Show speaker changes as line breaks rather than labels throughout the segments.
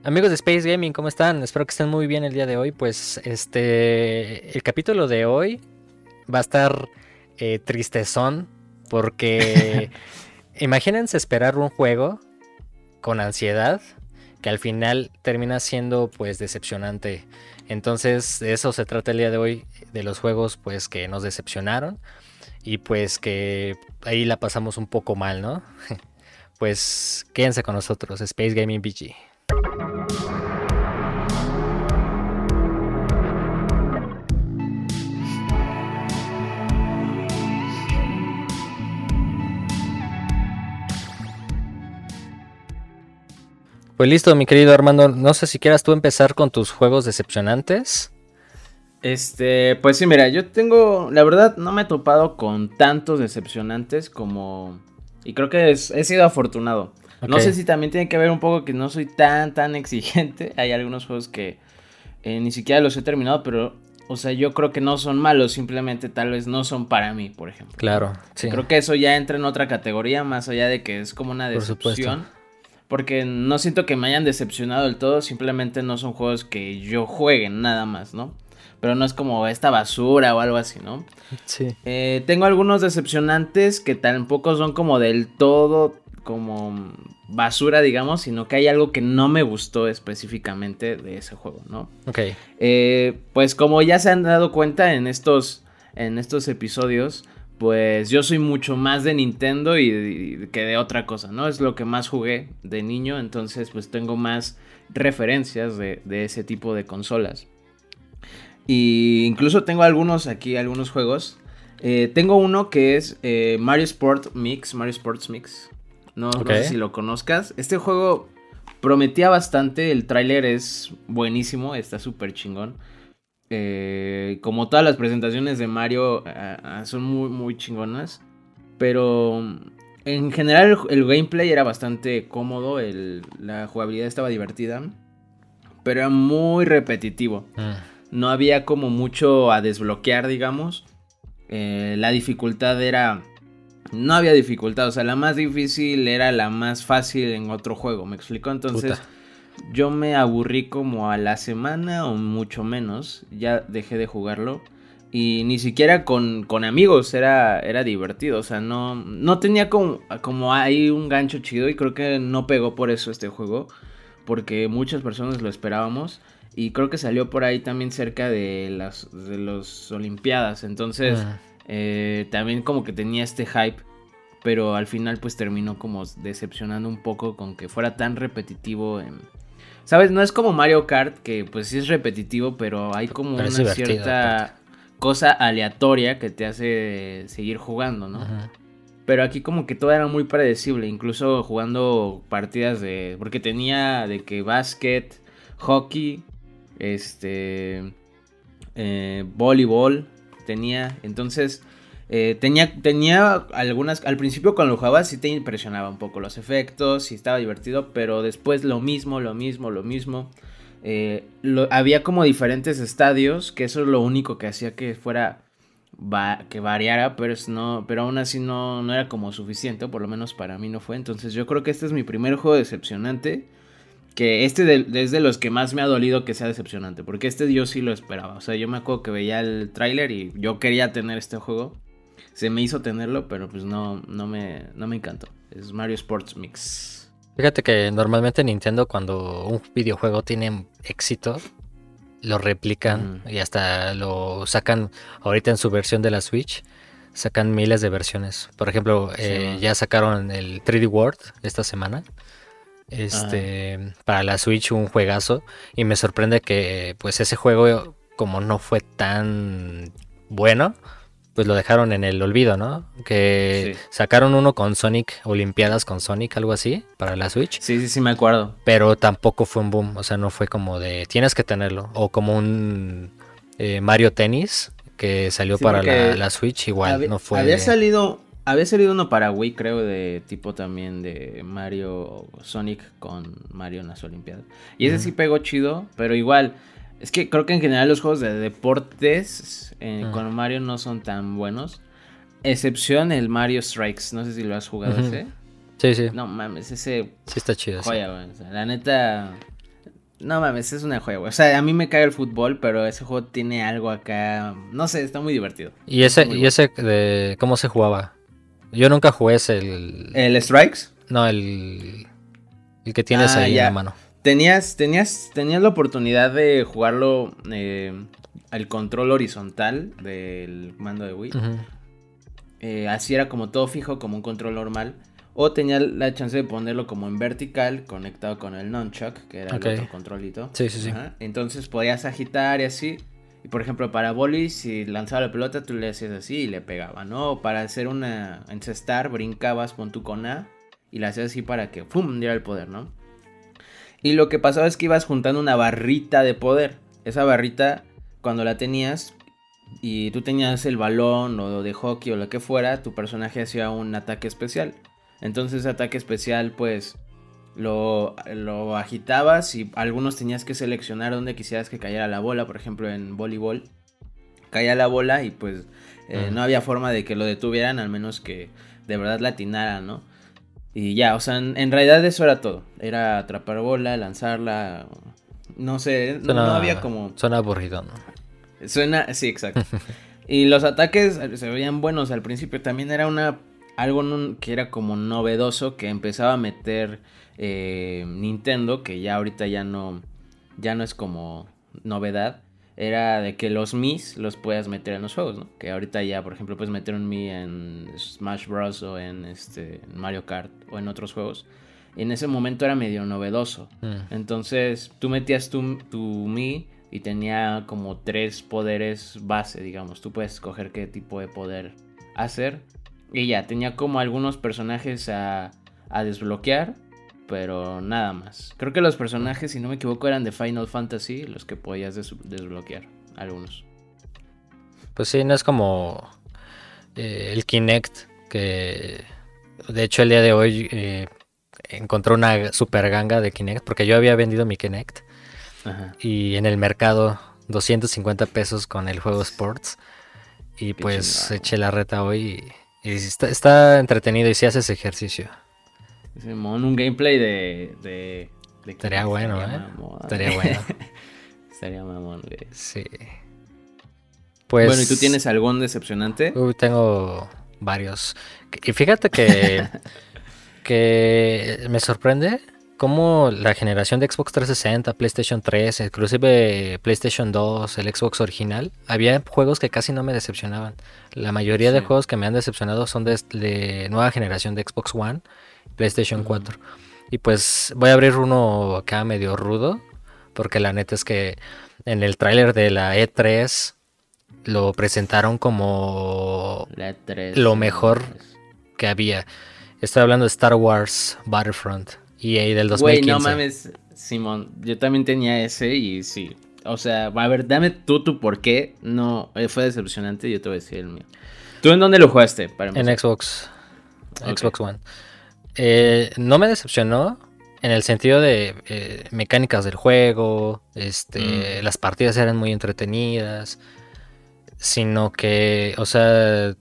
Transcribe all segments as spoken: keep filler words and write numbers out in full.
Amigos de Space Gaming, ¿cómo están? Espero que estén muy bien el día de hoy. Pues este, el capítulo de hoy va a estar eh, tristezón porque imagínense esperar un juego con ansiedad que al final termina siendo pues decepcionante. Entonces de eso se trata el día de hoy, de los juegos pues que nos decepcionaron y pues que ahí la pasamos un poco mal, ¿no? Pues quédense con nosotros, Space Gaming B G. Pues listo, mi querido Armando, no sé si quieras tú empezar con tus juegos decepcionantes.
Este, pues sí, mira, yo tengo, la verdad, no me he topado con tantos decepcionantes como, y creo que es- he sido afortunado.
Ok,
No sé si también tiene que ver un poco que no soy tan, tan exigente. Hay algunos juegos que eh, ni siquiera los he terminado, pero, o sea, yo creo que no son malos, simplemente tal vez no son para mí, por ejemplo, ¿no?
claro,
Y
sí,
creo que eso ya entra en otra categoría, más allá de que es como una
por supuesto.
decepción. Porque no siento que me hayan decepcionado del todo, simplemente no son juegos que yo juegue, nada más, ¿no? Pero no es como esta basura o algo así, ¿no?
Sí.
Eh, tengo algunos decepcionantes que tampoco son como del todo como basura, digamos, sino que hay algo que no me gustó específicamente de ese juego, ¿no?
Ok,
Eh, pues como ya se han dado cuenta en estos, en estos episodios, pues yo soy mucho más de Nintendo y, y que de otra cosa, ¿no? Es lo que más jugué de niño, entonces pues tengo más referencias de, de ese tipo de consolas. Y incluso tengo algunos aquí, algunos juegos. Eh, tengo uno que es eh, Mario Sport Mix, Mario Sports Mix. No,
ok.
no sé si lo conozcas. Este juego prometía bastante, el tráiler es buenísimo, está súper chingón. Eh, como todas las presentaciones de Mario ah, ah, son muy, muy chingonas. Pero en general el, el gameplay era bastante cómodo, el, la jugabilidad estaba divertida, pero era muy repetitivo.
Mm,
No había como mucho a desbloquear, digamos. Eh, la dificultad era... No había dificultad, o sea, la más difícil era la más fácil en otro juego, ¿me explico?
puta.
Entonces yo me aburrí como a la semana o mucho menos, ya dejé de jugarlo. Y ni siquiera con, con amigos era, era divertido, o sea, no, no tenía como, como ahí un gancho chido y creo que no pegó por eso este juego, porque muchas personas lo esperábamos y creo que salió por ahí también cerca de las de los Olimpiadas, entonces
Mm,
eh, también como que tenía este hype, pero al final pues terminó como decepcionando un poco con que fuera tan repetitivo en... ¿Sabes? No es como Mario Kart, que pues sí es repetitivo, pero hay como
pero es
una
divertido aparte.
cierta cosa aleatoria que te hace seguir jugando, ¿no?
Ujú.
Pero aquí como que todo era muy predecible, incluso jugando partidas de... Porque tenía de que básquet, hockey, este... eh, voleibol, tenía... Entonces, eh, tenía, tenía algunas... Al principio cuando lo jugabas sí te impresionaba un poco los efectos, sí estaba divertido, pero después lo mismo, lo mismo, lo mismo. Eh, lo, había como diferentes estadios, que eso es lo único que hacía que fuera va, que variara, pero, es no, pero aún así no, no era como suficiente, por lo menos para mí no fue. Entonces yo creo que este es mi primer juego decepcionante, que este de, es de los que más me ha dolido que sea decepcionante, porque este yo sí lo esperaba. O sea, yo me acuerdo que veía el tráiler y yo quería tener este juego. Se me hizo tenerlo, pero pues no, no, me, no me encantó. Es Mario Sports Mix.
Fíjate que normalmente Nintendo cuando un videojuego tiene éxito, lo replican
Ujú.
y hasta lo sacan ahorita en su versión de la Switch. Sacan miles de versiones. Por ejemplo,
Se
eh,
va.
ya sacaron el tres D World esta semana.
Ajá.
Este, para la Switch un juegazo. Y me sorprende que pues ese juego, como no fue tan bueno, pues lo dejaron en el olvido, ¿no? Que
Sí.
sacaron uno con Sonic, Olimpiadas con Sonic, algo así, para la Switch.
Sí, sí, sí, me acuerdo.
Pero tampoco fue un boom, o sea, no fue como de tienes que tenerlo. O como un eh, Mario Tennis que salió
Sí,
para la,
porque
la Switch, igual,
Había,
no
había
fue...
salido. Había salido uno para Wii, creo, de tipo también de Mario Sonic con Mario en las Olimpiadas. Y ese
Mm,
sí pegó chido, pero igual. Es que creo que en general los juegos de deportes eh,
mm,
con Mario no son tan buenos. Excepción el Mario Strikes. No sé si lo has jugado
ujú.
ese.
Sí, sí,
No mames, ese
sí está chido, sí.
joya, güey. O sea, la neta. No mames, es una joya, güey. O sea, a mí me cae el fútbol, pero ese juego tiene algo acá. No sé, está muy divertido.
¿Y ese,
Muy
y
bueno.
ese de cómo se jugaba? Yo nunca jugué ese, el...
¿El Strikes?
No, el... El que tienes
Ah,
ahí en la
ya.
mano.
Tenías, tenías, tenías la oportunidad de jugarlo eh, al control horizontal del mando de Wii.
Uh-huh.
Eh, así era como todo fijo, como un control normal. O tenía la chance de ponerlo como en vertical, conectado con el nunchuck, que era
Ok.
el otro controlito.
Sí, sí, sí.
Ajá. Entonces podías agitar y así. Y por ejemplo, para volley, si lanzaba la pelota, tú le hacías así y le pegaba, ¿no? O para hacer una encestar, brincabas, pon tu con A y la hacías así para que ¡pum! Diera el poder, ¿no? Y lo que pasaba es que ibas juntando una barrita de poder. Esa barrita, cuando la tenías y tú tenías el balón o de hockey o lo que fuera, tu personaje hacía un ataque especial. Entonces ese ataque especial pues lo, lo agitabas y algunos tenías que seleccionar dónde quisieras que cayera la bola. Por ejemplo, en voleibol caía la bola y pues eh,
Mm.
no había forma de que lo detuvieran, al menos que de verdad la atinaran, ¿no? Y ya, o sea, en, en realidad eso era todo. Era atrapar bola, lanzarla. No sé, no,
Suena,
no había como.
Suena aburrido, ¿no?
Suena, sí, exacto. Y los ataques se veían buenos al principio. También era una algo no- que era como novedoso, que empezaba a meter eh, Nintendo, que ya ahorita ya no, ya no es como novedad. Era de que los Miis los puedas meter en los juegos, ¿no? Que ahorita ya, por ejemplo, puedes meter un Mii en Smash Bros. O en este Mario Kart o en otros juegos. Y en ese momento era medio novedoso.
Mm.
Entonces tú metías tu, tu Mii y tenía como tres poderes base, digamos. Tú puedes escoger qué tipo de poder hacer. Y ya, tenía como algunos personajes a, a desbloquear, pero nada más. Creo que los personajes, si no me equivoco, eran de Final Fantasy, los que podías des- desbloquear, algunos.
Pues sí, no es como eh, el Kinect, que de hecho el día de hoy eh, encontré una super ganga de Kinect, porque yo había vendido mi Kinect
Ajá.
y en el mercado doscientos cincuenta pesos con el juego Sports. Y
Qué
pues
chingado.
eché la reta hoy y, y está, está entretenido y si haces ejercicio.
Simón, un gameplay de... de, de
Estaría
Kinect
bueno,
estaría
¿eh?
mamón.
Estaría bueno.
Estaría mamón, güey.
Sí. Pues...
Bueno, ¿y tú tienes algún decepcionante?
Uy, tengo varios. Y fíjate que, que me sorprende cómo la generación de Xbox trescientos sesenta, PlayStation tres, inclusive PlayStation dos, el Xbox original, había juegos que casi no me decepcionaban. La mayoría de
Sí.
juegos que me han decepcionado son de, de nueva generación de Xbox One, PlayStation
Ujú.
cuatro. Y pues voy a abrir uno acá medio rudo, porque la neta es que en el tráiler de la E tres lo presentaron como
La tres.
lo
no
mejor
mames.
que había. Estoy hablando de Star Wars Battlefront E A del
Güey,
dos mil quince.
no mames, Simón. Yo también tenía ese y sí. O sea, a ver, dame tú tu por qué. No, eh, fue decepcionante. Yo te voy a decir el mío. ¿Tú en dónde lo jugaste? Para
En
empezar.
Xbox,
Ok.
Xbox One. Eh, no me decepcionó en el sentido de eh, mecánicas del juego, este,
Mm.
las partidas eran muy entretenidas, sino que, o sea,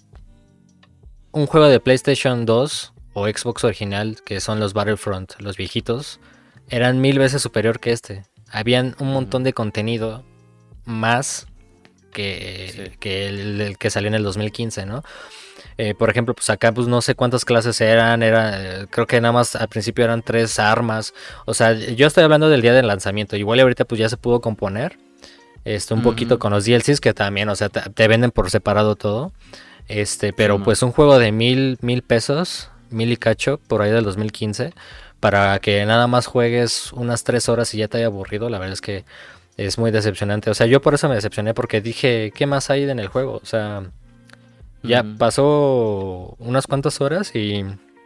un juego de PlayStation dos o Xbox original, que son los Battlefront, los viejitos, eran mil veces superior que este. Habían un montón de contenido más que,
Sí.
que el, el que salió en el dos mil quince, ¿no? Eh, por ejemplo, pues acá pues no sé cuántas clases eran, era, eh, creo que nada más al principio eran tres armas. O sea, yo estoy hablando del día del lanzamiento. Igual ahorita pues ya se pudo componer. Este, un
Ujú.
poquito con los D L Cs que también, o sea, te, te venden por separado todo. Este, pero
Sí,
pues un juego de mil, mil pesos, mil y cacho, por ahí del dos mil quince, para que nada más juegues unas tres horas y ya te haya aburrido, la verdad es que es muy decepcionante. O sea, yo por eso me decepcioné, porque dije, ¿qué más hay en el juego? O sea, ya
Ujú.
pasó unas cuantas horas y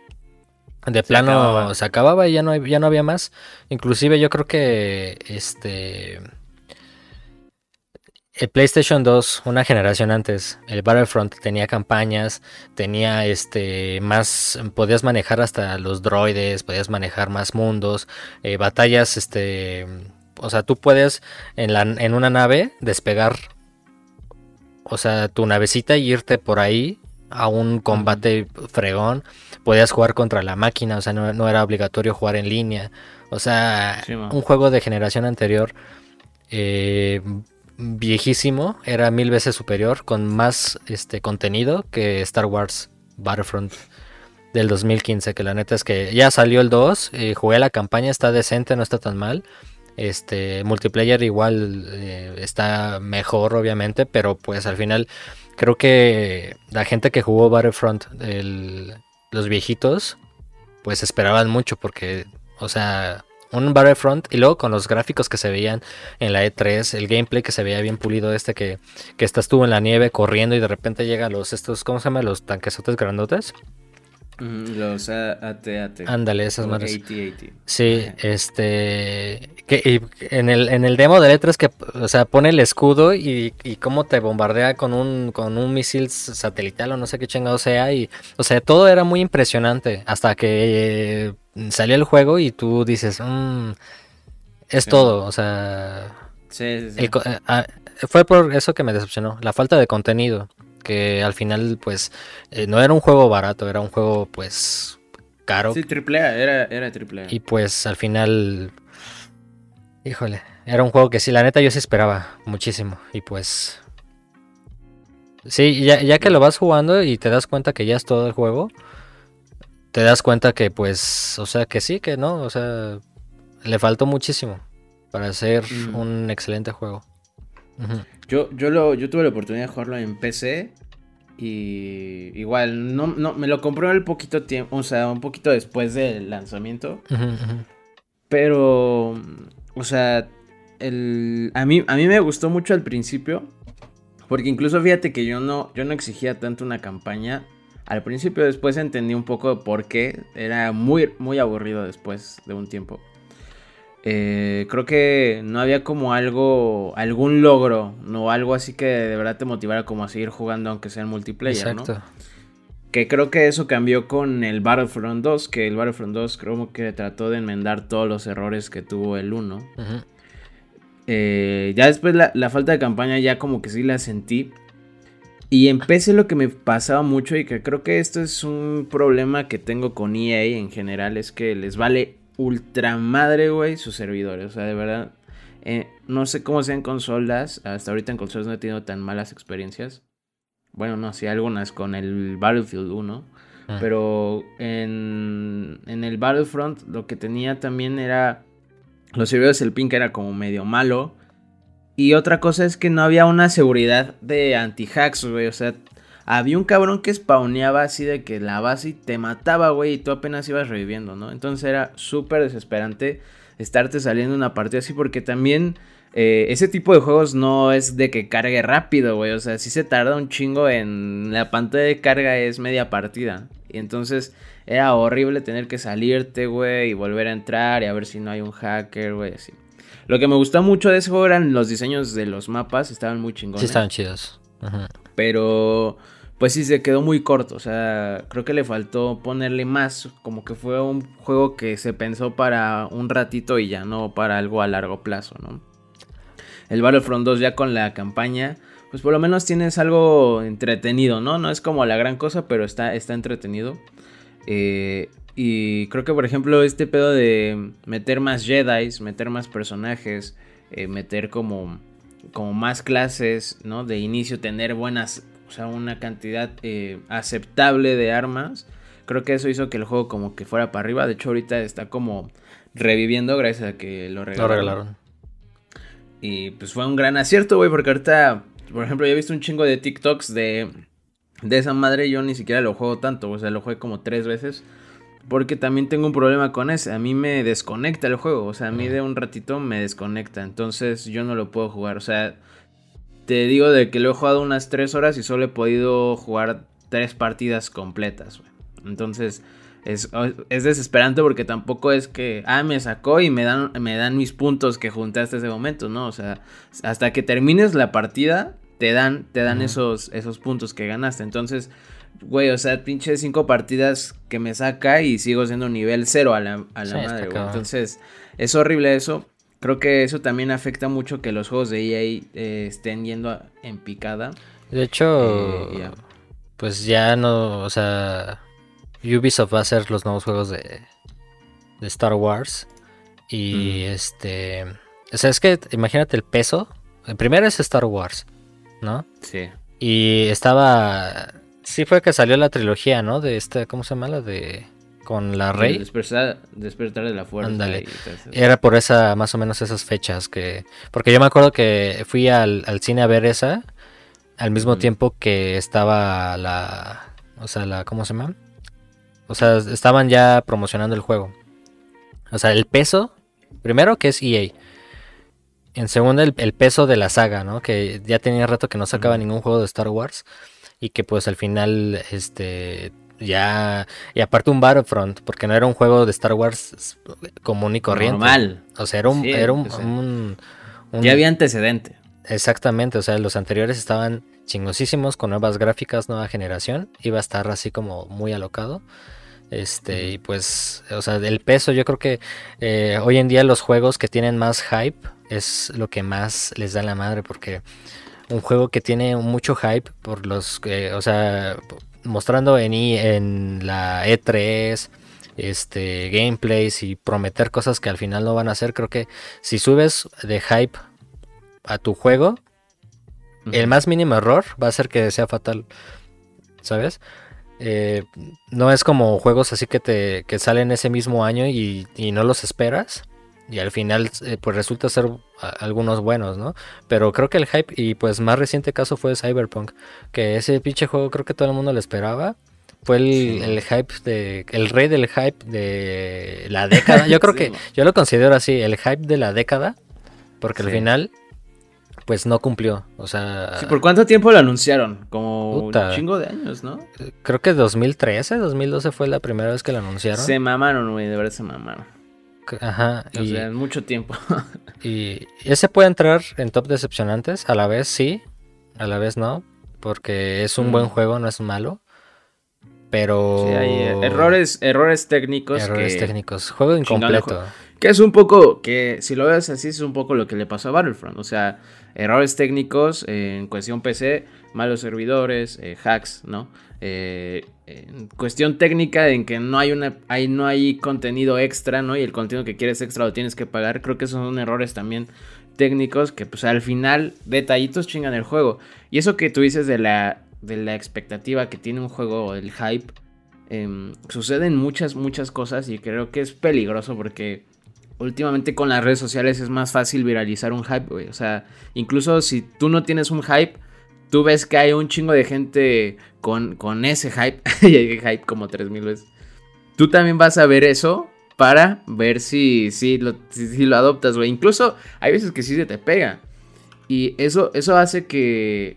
de
Se
plano
acababa.
se acababa y ya no, ya no había más. Inclusive yo creo que este el PlayStation dos, una generación antes, el Battlefront tenía campañas, tenía este más, podías manejar hasta los droides, podías manejar más mundos, eh, batallas, este, o sea, tú puedes en la en una nave despegar, o sea, tu navecita y irte por ahí a un combate fregón, podías jugar contra la máquina, o sea, no, no era obligatorio jugar en línea. O sea,
Sí, man.
un juego de generación anterior, eh, viejísimo, era mil veces superior, con más este contenido que Star Wars Battlefront del dos mil quince, que la neta es que ya salió el dos, eh, jugué la campaña, está decente, no está tan mal. Este multiplayer igual eh, está mejor obviamente, pero pues al final creo que la gente que jugó Battlefront, el, los viejitos, pues esperaban mucho porque, o sea, un Battlefront y luego con los gráficos que se veían en la E tres, el gameplay que se veía bien pulido, este que, que estás tú en la nieve corriendo y de repente llegan los estos, ¿cómo se llama? Los tanquesotes grandotes.
Mm, Los A T A T.
Ándale, esas madres.
ochenta ochenta.
Sí, este. Que, y en el, en el demo de letras que, o sea, pone el escudo y, y cómo te bombardea con un, con un misil satelital o no sé qué chingado sea. Y, o sea, todo era muy impresionante hasta que eh, salió el juego y tú dices, mmm, es
Sí.
todo, o sea.
Sí, sí, sí.
El co- eh, ah, fue por eso que me decepcionó, la falta de contenido. Que al final, pues, eh, no era un juego barato, era un juego, pues, caro.
Sí, triple A, era, era triple A.
Y pues al final, híjole, era un juego que sí, la neta yo sí esperaba muchísimo. Y pues, sí, ya, ya que lo vas jugando y te das cuenta que ya es todo el juego, te das cuenta que pues, o sea, que sí, que no, o sea, le faltó muchísimo para ser
Mm.
un excelente juego. Ujú.
Yo, yo, lo, yo tuve la oportunidad de jugarlo en P C. Y igual, no, no, me lo compré un poquito tiempo, o sea, un poquito después del lanzamiento.
Ujú, ujú.
Pero, o sea, el, a mí, a mí me gustó mucho al principio. Porque incluso fíjate que yo no, yo no exigía tanto una campaña. Al principio, después entendí un poco por qué. Era muy, muy aburrido después de un tiempo. Eh, creo que no había como algo, algún logro, no algo así que de verdad te motivara como a seguir jugando aunque sea en multiplayer,
Exacto.
¿no? Que creo que eso cambió con el Battlefront dos, que el Battlefront dos creo que trató de enmendar todos los errores que tuvo el uno.
Ujú.
Eh, ya después la, la falta de campaña ya como que sí la sentí. Y en P C lo que me pasaba mucho y que creo que esto es un problema que tengo con E A en general es que les vale ultra madre, güey, sus servidores. O sea, de verdad, eh, no sé cómo sean consolas. Hasta ahorita en consolas no he tenido tan malas experiencias. Bueno, no, sí, algunas con el Battlefield uno.
Mm.
Pero en, en el Battlefront lo que tenía también era... Los servidores, el ping era como medio malo. Y otra cosa es que no había una seguridad de anti-hacks, güey. O sea, había un cabrón que spawneaba así de que la base y te mataba, güey. Y tú apenas ibas reviviendo, ¿no? Entonces era súper desesperante estarte saliendo una partida así. Porque también eh, ese tipo de juegos no es de que cargue rápido, güey. O sea, sí se tarda un chingo en... La pantalla de carga es media partida. Y entonces era horrible tener que salirte, güey. Y volver a entrar y a ver si no hay un hacker, güey, así. Lo que me gustó mucho de ese juego eran los diseños de los mapas, estaban muy chingones.
Sí, estaban chidos. Ujú.
Pero, pues sí, se quedó muy corto, o sea, creo que le faltó ponerle más, como que fue un juego que se pensó para un ratito y ya, no para algo a largo plazo, ¿no? El Battlefront dos ya con la campaña, pues por lo menos tienes algo entretenido, ¿no? No es como la gran cosa, pero está, está entretenido. Eh... Y creo que, por ejemplo, este pedo de meter más Jedis, meter más personajes, eh, meter como, como más clases, ¿no? De inicio, tener buenas, o sea, una cantidad eh, aceptable de armas. Creo que eso hizo que el juego como que fuera para arriba. De hecho, ahorita está como reviviendo gracias a que lo regalaron.
Lo regalaron.
Y pues fue un gran acierto, güey, porque ahorita, por ejemplo, yo he visto un chingo de TikToks de, de esa madre. Yo ni siquiera lo juego tanto, o sea, lo jugué como tres veces. Porque también tengo un problema con ese. A mí me desconecta el juego. O sea, a mí de un ratito me desconecta. Entonces yo no lo puedo jugar. O sea, te digo de que lo he jugado unas tres horas y solo he podido jugar tres partidas completas, güey. Entonces es, es desesperante porque tampoco es que, ah, me sacó y me dan, me dan mis puntos que junté hasta ese momento, ¿no? O sea, hasta que termines la partida, te dan, te dan uh-huh. esos, esos puntos que ganaste. Entonces... Güey, o sea, pinche cinco partidas que me saca y sigo siendo nivel cero a la, a la sí, madre, güey. Entonces, es horrible eso. Creo que eso también afecta mucho que los juegos de E A eh, estén yendo a, en picada.
De hecho, eh, yeah. pues ya no, o sea, Ubisoft va a hacer los nuevos juegos de, de Star Wars. Y mm. este, o sea, es que imagínate el peso. El primero es Star Wars, ¿no?
Sí.
Y estaba, sí fue que salió la trilogía, ¿no? De esta, ¿cómo se llama? La de, con la Rey.
Despertar, despertar de la fuerza.
Ándale. Era por esa, más o menos esas fechas que, porque yo me acuerdo que fui al, al cine a ver esa. Al mismo mm. tiempo que estaba la... O sea, la... ¿Cómo se llama? O sea, estaban ya promocionando el juego. O sea, el peso... Primero que es E A. En segundo, el, el peso de la saga, ¿no? Que ya tenía rato que no sacaba mm. ningún juego de Star Wars. Y que pues al final, este... Ya... Y aparte un Battlefront. Porque no era un juego de Star Wars común y corriente.
Normal.
O sea, era un... Sí, era un, o sea, un, un
ya había antecedente.
Exactamente, o sea, los anteriores estaban chingosísimos con nuevas gráficas, nueva generación, iba a estar así como muy alocado, este, uh-huh. y pues, o sea, el peso, yo creo que eh, hoy en día los juegos que tienen más hype es lo que más les da la madre, porque un juego que tiene mucho hype por los, eh, o sea, mostrando en, I, en la E tres, este, gameplays y prometer cosas que al final no van a hacer, creo que si subes de hype a tu juego, uh-huh. el más mínimo error va a ser que sea fatal, ¿sabes? Eh, no es como juegos así que te que salen ese mismo año y, y no los esperas y al final eh, pues resulta ser a, algunos buenos, ¿no? Pero creo que el hype, y pues más reciente caso fue Cyberpunk, que ese pinche juego creo que todo el mundo lo esperaba. Fue el, sí. el hype de el rey del hype de la década. Yo creo sí, que man. yo lo considero así, el hype de la década, porque sí. al final pues no cumplió, o sea...
Sí, ¿por cuánto tiempo lo anunciaron? Como puta, un chingo de años, ¿no?
Creo que dos mil trece, dos mil doce fue la primera vez que lo anunciaron.
Se mamaron, güey, de verdad se mamaron.
Ajá.
O y, sea, mucho tiempo.
Y ese puede entrar en top decepcionantes, a la vez sí, a la vez no, porque es un mm. buen juego, no es malo. Pero...
Sí, hay errores, errores técnicos.
Errores que... técnicos, juego incompleto.
Que es un poco, que si lo ves así, es un poco lo que le pasó a Battlefront. O sea, errores técnicos eh, en cuestión P C, malos servidores, eh, hacks, ¿no? Eh, en cuestión técnica, en que no hay una hay, no hay contenido extra, ¿no? Y el contenido que quieres extra lo tienes que pagar. Creo que esos son errores también técnicos que, pues, al final, detallitos chingan el juego. Y eso que tú dices de la, de la expectativa que tiene un juego, el hype, eh, suceden muchas, muchas cosas y creo que es peligroso porque... Últimamente con las redes sociales es más fácil viralizar un hype, güey. O sea, incluso si tú no tienes un hype, tú ves que hay un chingo de gente con, con ese hype. Y hay hype como tres mil veces. Tú también vas a ver eso para ver si, si, lo, si, si lo adoptas, güey. Incluso hay veces que sí se te pega. Y eso, eso hace que...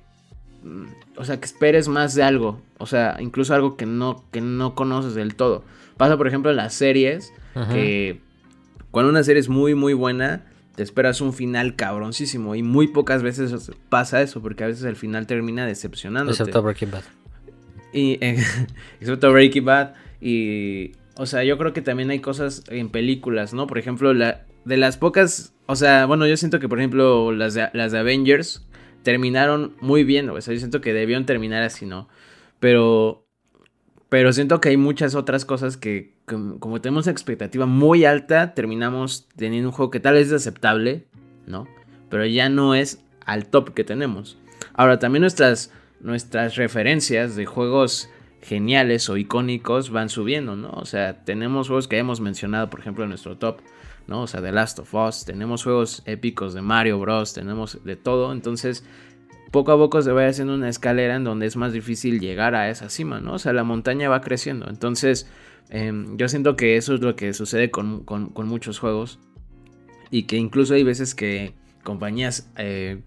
O sea, que esperes más de algo. O sea, incluso algo que no, que no conoces del todo. Pasa, por ejemplo, en las series. Ajá. Que... Cuando una serie es muy muy buena, te esperas un final cabroncísimo. Y muy pocas veces pasa eso, porque a veces el final termina decepcionándote.
Excepto Breaking Bad.
Y, eh, excepto Breaking Bad. Y, o sea, yo creo que también hay cosas en películas, ¿no? Por ejemplo, la, de las pocas... O sea, bueno, yo siento que, por ejemplo, las de, las de Avengers terminaron muy bien. O sea, yo siento que debieron terminar así, ¿no? Pero... Pero siento que hay muchas otras cosas que, como, como tenemos una expectativa muy alta, terminamos teniendo un juego que tal vez es aceptable, ¿no? Pero ya no es al top que tenemos. Ahora, también nuestras, nuestras referencias de juegos geniales o icónicos van subiendo, ¿no? O sea, tenemos juegos que hemos mencionado, por ejemplo, en nuestro top, ¿no? O sea, The Last of Us, tenemos juegos épicos de Mario Bros, tenemos de todo, entonces... Poco a poco se va haciendo una escalera en donde es más difícil llegar a esa cima, ¿no? O sea, la montaña va creciendo. Entonces, eh, yo siento que eso es lo que sucede con, con, con muchos juegos. Y que incluso hay veces que compañías eh,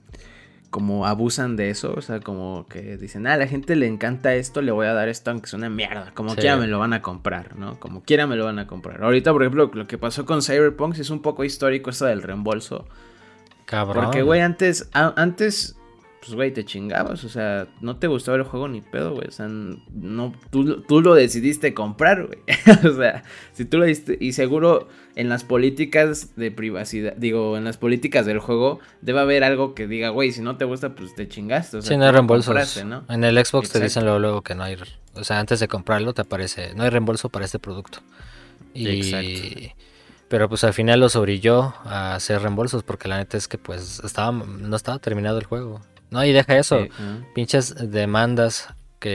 como abusan de eso. O sea, como que dicen, ah, a la gente le encanta esto, le voy a dar esto aunque sea una mierda. Como sí. quiera me lo van a comprar, ¿no? Como quiera me lo van a comprar. Ahorita, por ejemplo, lo que pasó con Cyberpunk es un poco histórico esto del reembolso.
Cabrón.
Porque, güey, antes... A, antes pues, güey, te chingabas, o sea, no te gustaba el juego ni pedo, güey, o sea, no, tú, tú lo decidiste comprar, güey, o sea, si tú lo diste, y seguro en las políticas de privacidad, digo, en las políticas del juego, debe haber algo que diga, güey, si no te gusta, pues te chingaste, o sea,
sí, no hay reembolsos,
compraste, ¿no?
En el Xbox
Exacto.
te dicen luego, luego que no hay, o sea, antes de comprarlo te aparece, no hay reembolso para este producto, y...
Exacto.
Pero pues al final los orilló a hacer reembolsos porque la neta es que pues estaba no estaba terminado el juego. No, y deja eso,
Eh, uh.
pinches demandas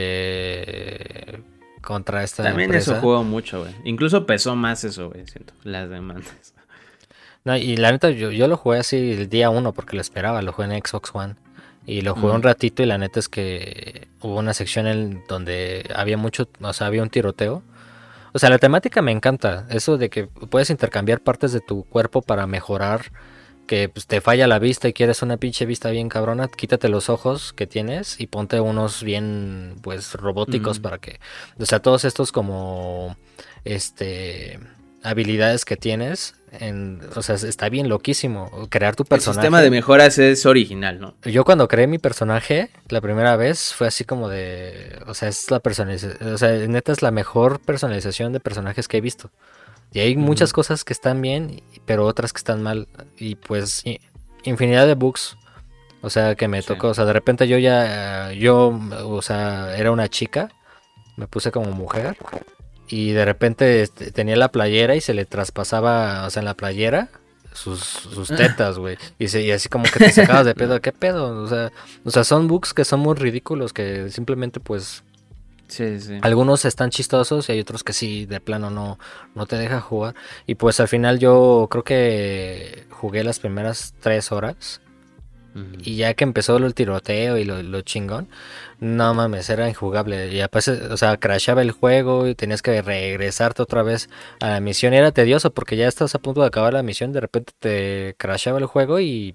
que contra esta
También
empresa.
eso jugó mucho, güey. Incluso pesó más eso, güey, siento, las demandas.
No, y la neta yo, yo lo jugué así el día uno porque lo esperaba, lo jugué en Xbox One. Y lo jugué
Mm.
un ratito y la neta es que hubo una sección en donde había mucho, o sea, había un tiroteo. O sea, la temática me encanta. Eso de que puedes intercambiar partes de tu cuerpo para mejorar. Que pues, te falla la vista y quieres una pinche vista bien cabrona. Quítate los ojos que tienes y ponte unos bien, pues, robóticos
Mm.
para que... O sea, todos estos como... Este... habilidades que tienes. En, o sea, está bien loquísimo. Crear tu personaje.
El sistema de mejoras es original, ¿no?
Yo cuando creé mi personaje, la primera vez, fue así como de... O sea, es la personalización... O sea, neta es la mejor personalización de personajes que he visto. Y hay muchas
Ujú.
cosas que están bien, pero otras que están mal. Y pues, i- infinidad de bugs. O sea, que me
Sí.
tocó. O sea, de repente yo ya... Yo, o sea, era una chica. Me puse como mujer. Y de repente este, tenía la playera y se le traspasaba, o sea, en la playera, sus, sus tetas, güey. Y, se- y así como que te sacabas de pedo, ¿qué pedo? O sea, o sea, son bugs que son muy ridículos, que simplemente pues
Sí, sí.
algunos están chistosos y hay otros que sí, de plano no, no te deja jugar. Y pues al final yo creo que jugué las primeras tres horas.
Ujú.
Y ya que empezó el tiroteo y lo, lo chingón, no mames, era injugable. Y aparte, o sea, crashaba el juego y tenías que regresarte otra vez a la misión. Y era tedioso porque ya estás a punto de acabar la misión, de repente te crashaba el juego y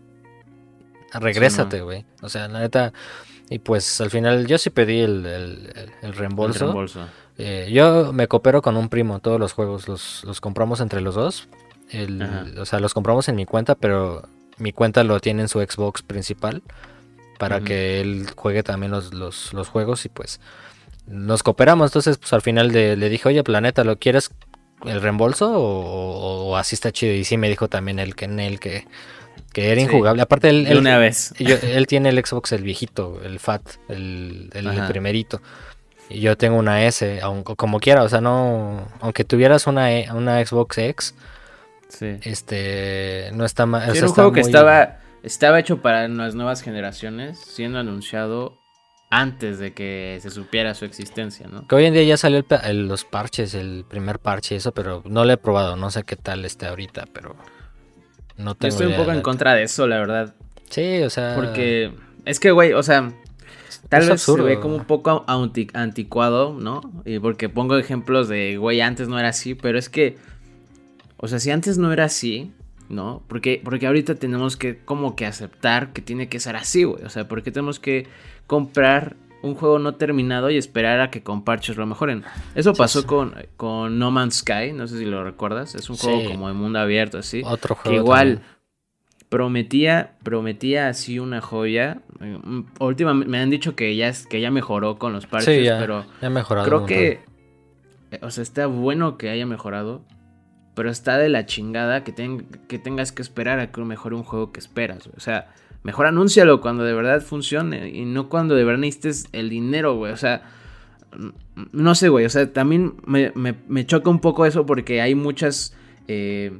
Sí, no.
regrésate, güey. O sea, la neta. Y pues al final yo sí pedí el, el- el- el
El
reembolso.
reembolso.
Eh, yo me coopero con un primo, todos los juegos los, los compramos entre los dos. El-
Ajá.
o sea, los compramos en mi cuenta, pero mi cuenta lo tiene en su Xbox principal para
Ujú.
que él juegue también los, los, los juegos y pues nos cooperamos. Entonces, pues al final de- le dije, oye, Planeta, ¿lo quieres el reembolso o, o- o así está chido? Y sí me dijo también él que en él que, que era
Sí.
injugable. Aparte, él,
De
él,
una vez.
yo- él tiene el Xbox, el viejito, el Fat, el, el
Ajá.
primerito. Y yo tengo una S, aunque como quiera, o sea, no, aunque tuvieras una, E- una Xbox X,
Sí.
este, no está mal.
Sí, era un juego que estaba, estaba hecho para las nuevas generaciones, siendo anunciado antes de que se supiera su existencia, ¿no?
Que hoy en día ya salió el pa- el- los parches, el primer parche y eso, pero no lo he probado, no sé qué tal esté ahorita, pero no
Yo
tengo
estoy un
idea,
poco
la
en
neta.
contra de eso, la verdad.
Sí, o sea,
Porque es que, güey, o sea, tal
es
vez se
absurdo.
ve como un poco anti- anticuado, ¿no? Y porque pongo ejemplos de, güey, antes no era así, pero es que, o sea, si antes no era así, ¿no? Porque, porque ahorita tenemos que como que aceptar que tiene que ser así, güey. O sea, porque tenemos que comprar un juego no terminado y esperar a que con parches lo mejoren. Eso
Sí,
pasó
sí.
con, con No Man's Sky, no sé si lo recuerdas. Es un juego
Sí.
como de mundo abierto, así.
Otro
Que
juego
igual
también.
prometía, prometía así una joya. Mm, Últimamente me han dicho que ya, es- que ya mejoró con los parches,
Sí, ya,
pero
ya ha mejorado un
creo
montón.
que, eh, o sea, está bueno que haya mejorado, pero está de la chingada que, ten- que tengas que esperar a que mejore un juego que esperas, güey. O sea, mejor anúncialo cuando de verdad funcione y no cuando de verdad necesites el dinero, güey. O sea, n- no sé, güey. O sea, también me, me- me choca un poco eso porque hay muchas eh,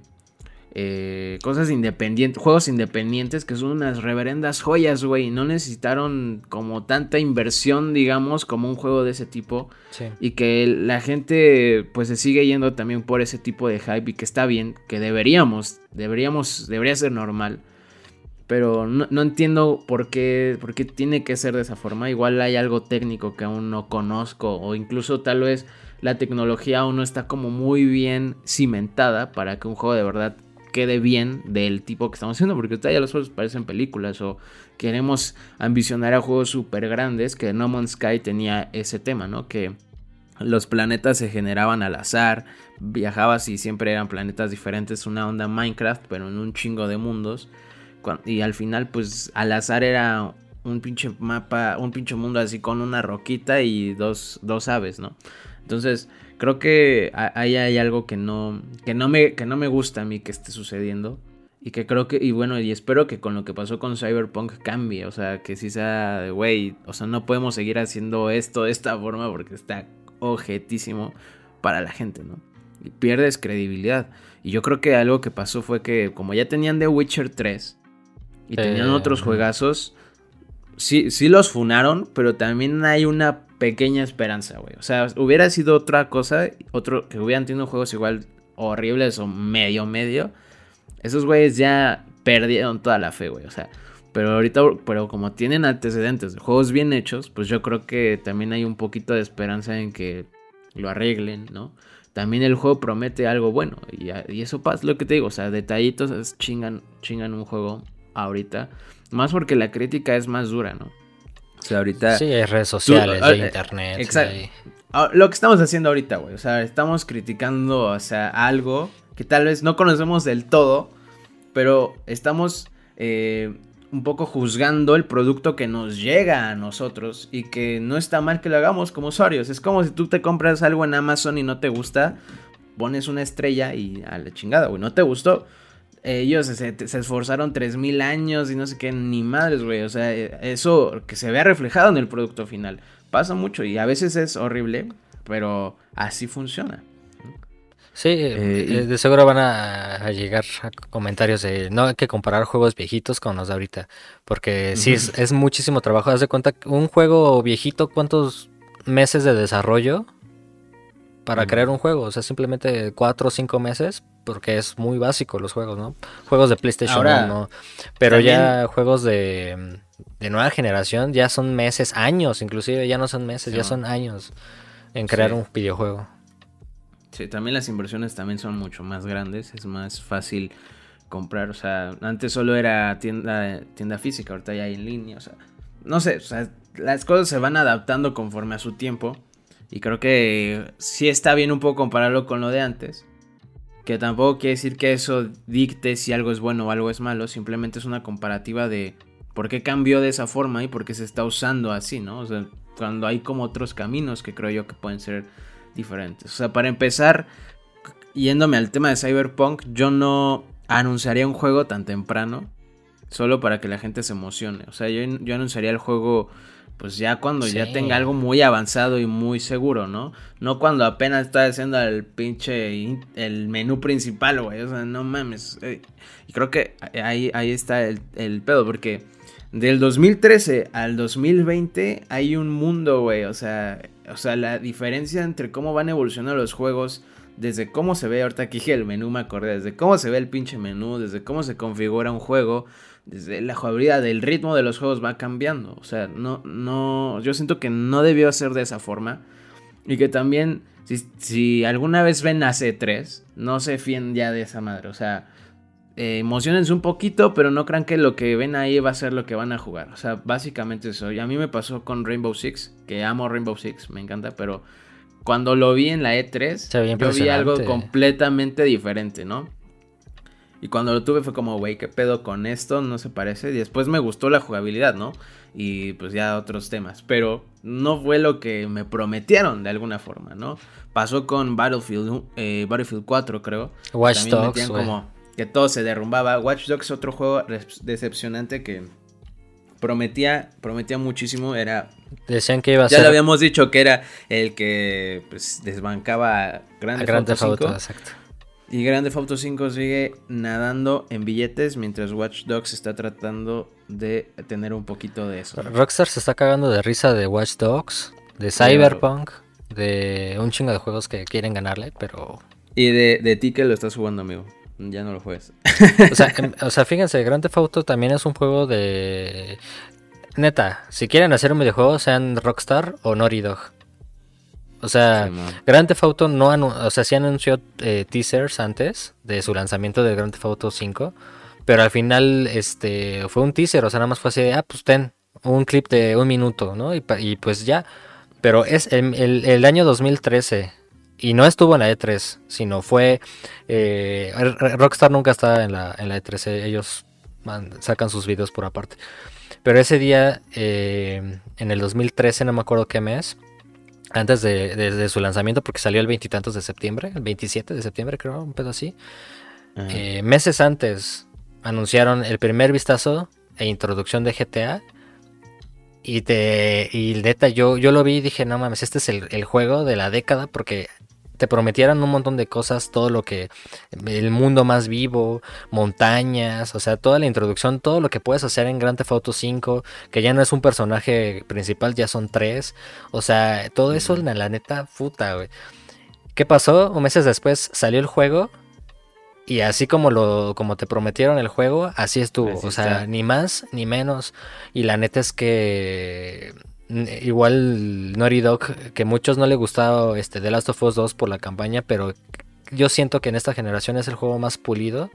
eh, cosas independientes, juegos independientes que son unas reverendas joyas, güey. Y no necesitaron como tanta inversión, digamos, como un juego de ese tipo.
Sí.
Y que la gente pues se sigue yendo también por ese tipo de hype y que está bien, que deberíamos, deberíamos, debería ser normal. Pero no, no entiendo por qué, por qué tiene que ser de esa forma. Igual hay algo técnico que aún no conozco o incluso tal vez la tecnología aún no está como muy bien cimentada para que un juego de verdad quede bien del tipo que estamos haciendo. Porque ahorita ya los juegos parecen películas o queremos ambicionar a juegos súper grandes, que No Man's Sky tenía ese tema, ¿no? Que los planetas se generaban al azar, viajabas y siempre eran planetas diferentes, una onda Minecraft, pero en un chingo de mundos. Cuan- Y al final, pues al azar era un pinche mapa, un pinche mundo así con una roquita y dos, dos aves, ¿no? Entonces, creo que ahí hay algo que no, que no me, que no me gusta a mí que esté sucediendo. Y que creo que, y bueno, y espero que con lo que pasó con Cyberpunk cambie. O sea, que sí sea de, güey, o sea, no podemos seguir haciendo esto de esta forma porque está ojetísimo para la gente, ¿no? Y pierdes credibilidad. Y yo creo que algo que pasó fue que como ya tenían The Witcher tres y tenían eh, otros juegazos, sí, sí los funaron, pero también hay una pequeña esperanza, güey. O sea, hubiera sido otra cosa, otro que hubieran tenido juegos igual horribles o medio medio. Esos güeyes ya perdieron toda la fe, güey. O sea, pero ahorita, pero como tienen antecedentes de juegos bien hechos, pues yo creo que también hay un poquito de esperanza en que lo arreglen, ¿no? También el juego promete algo bueno. Y, y eso pasa, lo que te digo. O sea, detallitos es, chingan, chingan un juego ahorita. Más porque la crítica es más dura, ¿no? O sea, ahorita...
Sí, hay redes sociales, tú,
de
eh, internet.
Exacto. De... Lo que estamos haciendo ahorita, güey. O sea, estamos criticando, o sea, algo que tal vez no conocemos del todo, pero estamos eh, un poco juzgando el producto que nos llega a nosotros y que no está mal que lo hagamos como usuarios. Es como si tú te compras algo en Amazon y no te gusta, pones una estrella y a la chingada, güey, no te gustó. Ellos se, se esforzaron tres mil años y no sé qué, ni madres, güey. O sea, eso que se vea reflejado en el producto final pasa mucho y a veces es horrible, pero así funciona.
Sí, eh, y... de seguro van a, a llegar a comentarios de no hay que comparar juegos viejitos con los de ahorita, porque uh-huh. sí es, es muchísimo trabajo. Haz de cuenta que un juego viejito, ¿cuántos meses de desarrollo para uh-huh. crear un juego? O sea, simplemente cuatro o cinco meses, porque es muy básico los juegos, ¿no? Juegos de PlayStation
Ahora,
uno, pero también... ya juegos de, de nueva generación ya son meses, años, inclusive ya no son meses, sí, ya son años en crear sí. un videojuego.
Sí, también las inversiones también son mucho más grandes, es más fácil comprar, o sea, antes solo era tienda, tienda física, ahorita ya hay en línea, o sea, no sé, o sea, las cosas se van adaptando conforme a su tiempo y creo que sí está bien un poco compararlo con lo de antes, que tampoco quiere decir que eso dicte si algo es bueno o algo es malo, simplemente es una comparativa de por qué cambió de esa forma y por qué se está usando así, ¿no? O sea, cuando hay como otros caminos que creo yo que pueden ser diferentes. O sea, para empezar, yéndome al tema de Cyberpunk, yo no anunciaría un juego tan temprano solo para que la gente se emocione. O sea, yo, yo anunciaría el juego pues ya cuando sí. ya tenga algo muy avanzado y muy seguro, ¿no? No cuando apenas está haciendo el pinche el menú principal, güey. O sea, no mames. Y creo que ahí, ahí está el, el pedo, porque del dos mil trece al dos mil veinte hay un mundo, güey. O sea, o sea, la diferencia entre cómo van evolucionando los juegos, desde cómo se ve, ahorita que dije el menú me acordé, desde cómo se ve el pinche menú, desde cómo se configura un juego, desde la jugabilidad, del ritmo de los juegos va cambiando. O sea, no, no, yo siento que no debió ser de esa forma. Y que también, si, si alguna vez ven a C tres, no se fíen ya de esa madre. O sea, eh, emocionense un poquito, pero no crean que lo que ven ahí va a ser lo que van a jugar. O sea, básicamente eso. Y a mí me pasó con Rainbow Six, que amo Rainbow Six, me encanta, pero cuando lo vi en la E tres, yo vi algo completamente diferente, ¿no? Y cuando lo tuve fue como, güey, ¿qué pedo con esto? No se parece. Y después me gustó la jugabilidad, ¿no? Y pues ya otros temas. Pero no fue lo que me prometieron de alguna forma, ¿no? Pasó con Battlefield, eh, Battlefield cuatro, creo.
Watch Dogs,
como que todo se derrumbaba. Watch Dogs, otro juego decepcionante que prometía, prometía muchísimo. Era...
Decían que iba a
ya
ser...
lo habíamos dicho que era el que pues, desbancaba Grand Theft Auto cinco.
Exacto.
Y Grand Theft Auto cinco sigue nadando en billetes mientras Watch Dogs está tratando de tener un poquito de eso.
Rockstar se está cagando de risa de Watch Dogs, de Cyberpunk, de un chingo de juegos que quieren ganarle, pero...
Y de, de ti que lo estás jugando, amigo. Ya no lo juegues.
O sea, o sea, fíjense, Grand Theft Auto también es un juego de... Neta, si quieren hacer un videojuego, sean Rockstar o Naughty Dog. O sea, sí, Grand Theft Auto no anu- o sea, sí anunció eh, teasers antes de su lanzamiento de Grand Theft Auto cinco, pero al final este fue un teaser, o sea, nada más fue así de, ah, pues ten, un clip de un minuto, ¿no? Y, y pues ya, pero es el, el, el año dos mil trece y no estuvo en la E tres, sino fue, eh, Rockstar nunca está en la, en la E tres, ellos man, sacan sus videos por aparte. Pero ese día, eh, en el dos mil trece, no me acuerdo qué mes, antes de, de, de su lanzamiento, porque salió el veintitantos de septiembre, el veintisiete de septiembre creo, un pedo así. Uh-huh. Eh, meses antes anunciaron el primer vistazo e introducción de G T A. Y te y neta, yo, yo lo vi y dije, no mames, este es el, el juego de la década, porque te prometieron un montón de cosas, todo lo que, el mundo más vivo, montañas, o sea, toda la introducción, todo lo que puedes hacer en Grand Theft Auto cinco, que ya no es un personaje principal, ya son tres, o sea, todo eso, la, la neta, puta, güey. ¿Qué pasó? Un meses después salió el juego, y así como lo como te prometieron el juego, así estuvo, así o sea, está. Ni más ni menos, y la neta es que igual Naughty Dog, que muchos no le gustaba este The Last of Us dos por la campaña, pero yo siento que en esta generación es el juego más pulido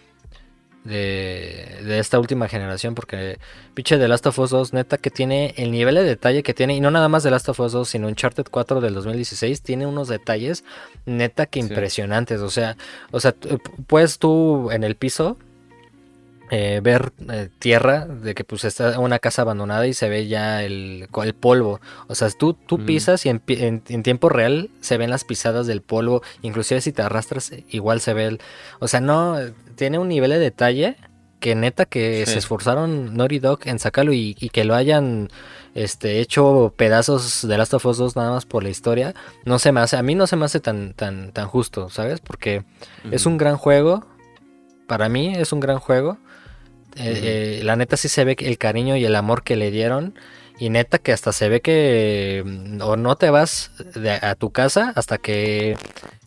de, de esta última generación, porque pinche The Last of Us dos, neta que tiene el nivel de detalle que tiene, y no nada más The Last of Us dos, sino Uncharted cuatro del dos mil dieciséis, tiene unos detalles neta que sí. impresionantes, o sea, o sea, puedes tú en el piso Eh, ver eh, tierra de que pues está una casa abandonada y se ve ya el, el polvo, o sea, tú, tú mm. pisas y en, en, en tiempo real se ven las pisadas del polvo, inclusive si te arrastras igual se ve el, o sea, no, tiene un nivel de detalle que neta que sí. se esforzaron Naughty Dog en sacarlo, y, y que lo hayan este, hecho pedazos de Last of Us dos nada más por la historia, no se me hace, a mí no se me hace tan, tan, tan justo, ¿sabes? Porque mm. es un gran juego, para mí es un gran juego. Eh, eh, la neta sí se ve el cariño y el amor que le dieron, y neta que hasta se ve que o no te vas de, a tu casa hasta que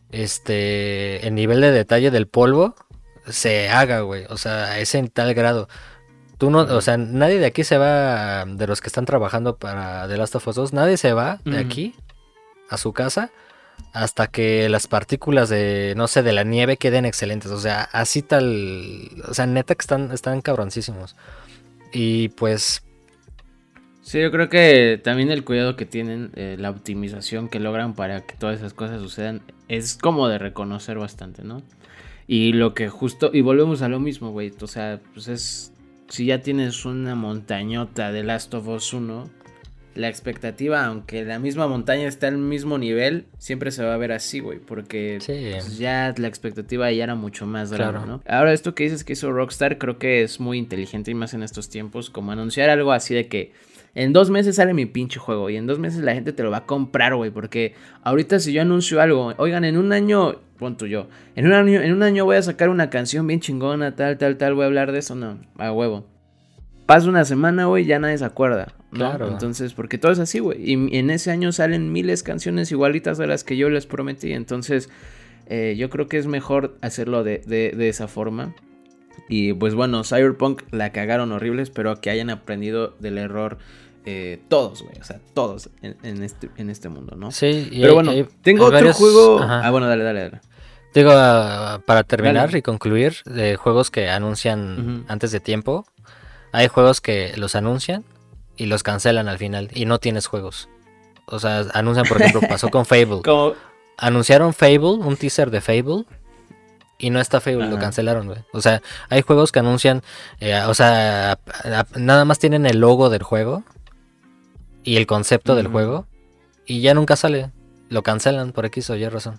este el nivel de detalle del polvo se haga, güey, o sea, es en tal grado. Tú no, uh-huh. o sea, nadie de aquí se va, de los que están trabajando para The Last of Us dos, nadie se va de uh-huh. aquí a su casa hasta que las partículas de, no sé, de la nieve queden excelentes, o sea, así tal, o sea, neta que están, están cabroncísimos. Y pues...
Sí, yo creo que también el cuidado que tienen, eh, la optimización que logran para que todas esas cosas sucedan, es como de reconocer bastante, ¿no? Y lo que justo, y volvemos a lo mismo, güey, o sea, pues es, si ya tienes una montañota de Last of Us uno... la expectativa, aunque la misma montaña está al mismo nivel, siempre se va a ver así, güey, porque sí. pues, ya la expectativa ya era mucho más grande, claro. ¿no? Ahora, esto que dices que hizo Rockstar, creo que es muy inteligente, y más en estos tiempos, como anunciar algo así de que en dos meses sale mi pinche juego, y en dos meses la gente te lo va a comprar, güey, porque ahorita si yo anuncio algo, oigan, en un año, punto yo, en un año, en un año voy a sacar una canción bien chingona, tal, tal, tal, voy a hablar de eso, no, a huevo. Pasa una semana, güey, ya nadie se acuerda, ¿no? Claro. Entonces, porque todo es así, güey. Y en ese año salen miles de canciones igualitas a las que yo les prometí. Entonces, eh, yo creo que es mejor hacerlo de, de, de esa forma. Y pues bueno, Cyberpunk la cagaron horrible. Espero que hayan aprendido del error eh, todos, güey. O sea, todos en, en, este, en este mundo, ¿no?
Sí. Y
Pero
hay,
bueno,
hay,
tengo
hay
otro
varios...
juego...
Ajá.
Ah, bueno, dale, dale, dale.
Digo, uh, para terminar
dale.
y concluir, de juegos que anuncian uh-huh. antes de tiempo... Hay juegos que los anuncian y los cancelan al final y no tienes juegos. O sea, anuncian, por ejemplo, pasó con Fable.
¿Cómo?
Anunciaron Fable, un teaser de Fable, y no está Fable, ajá. lo cancelaron, güey. O sea, hay juegos que anuncian, eh, o sea, a, a, nada más tienen el logo del juego y el concepto uh-huh. del juego y ya nunca sale. Lo cancelan por X o Y razón.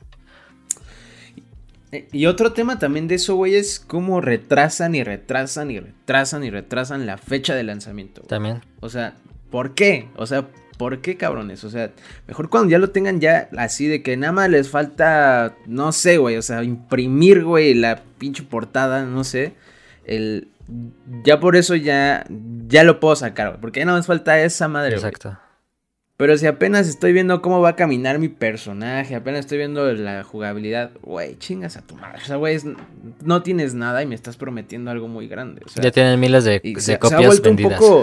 Y otro tema también de eso, güey, es cómo retrasan y retrasan y retrasan y retrasan la fecha de lanzamiento. Güey.
También.
O sea, ¿por qué? O sea, ¿por qué, cabrones? O sea, mejor cuando ya lo tengan ya así de que nada más les falta, no sé, güey, o sea, imprimir, güey, la pinche portada, no sé. El, ya por eso ya, ya lo puedo sacar, güey, porque ya nada más falta esa madre, güey.
Exacto.
Pero si apenas estoy viendo cómo va a caminar mi personaje, apenas estoy viendo la jugabilidad, güey, chingas a tu madre. O sea, güey, no tienes nada y me estás prometiendo algo muy grande. O sea,
ya tienen miles de, de
se,
copias
se ha vuelto
vendidas.
Un poco...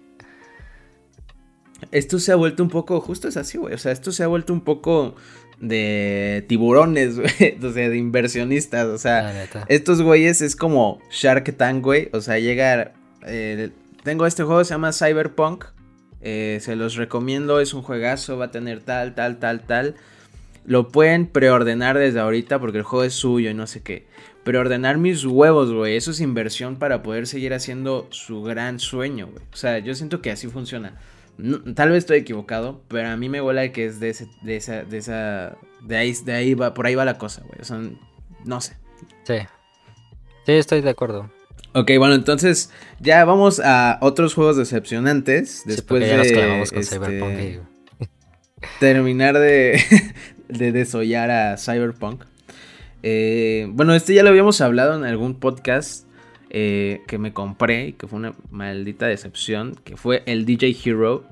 Esto se ha vuelto un poco, justo es así, güey. O sea, esto se ha vuelto un poco de tiburones, güey. O sea, de inversionistas. O sea, estos güeyes es como Shark Tank, güey. O sea, llegar... Eh, tengo este juego, se llama Cyberpunk. Eh, se los recomiendo, es un juegazo, va a tener tal, tal, tal, tal. Lo pueden preordenar desde ahorita porque el juego es suyo y no sé qué. preordenar mis huevos, güey. Eso es inversión para poder seguir haciendo su gran sueño, güey. O sea, yo siento que así funciona. No, tal vez estoy equivocado, pero a mí me huele que es de ese, de esa, de esa, de ahí, de ahí va, por ahí va la cosa, güey. O sea, no sé.
Sí, sí, estoy de acuerdo.
Ok, bueno, entonces ya vamos a otros juegos decepcionantes. Después
sí, ya
de
nos clavamos con
este,
Cyberpunk y...
terminar de, de desollar a Cyberpunk. Eh, bueno, este ya lo habíamos hablado en algún podcast eh, que me compré y que fue una maldita decepción, que fue el D J Hero.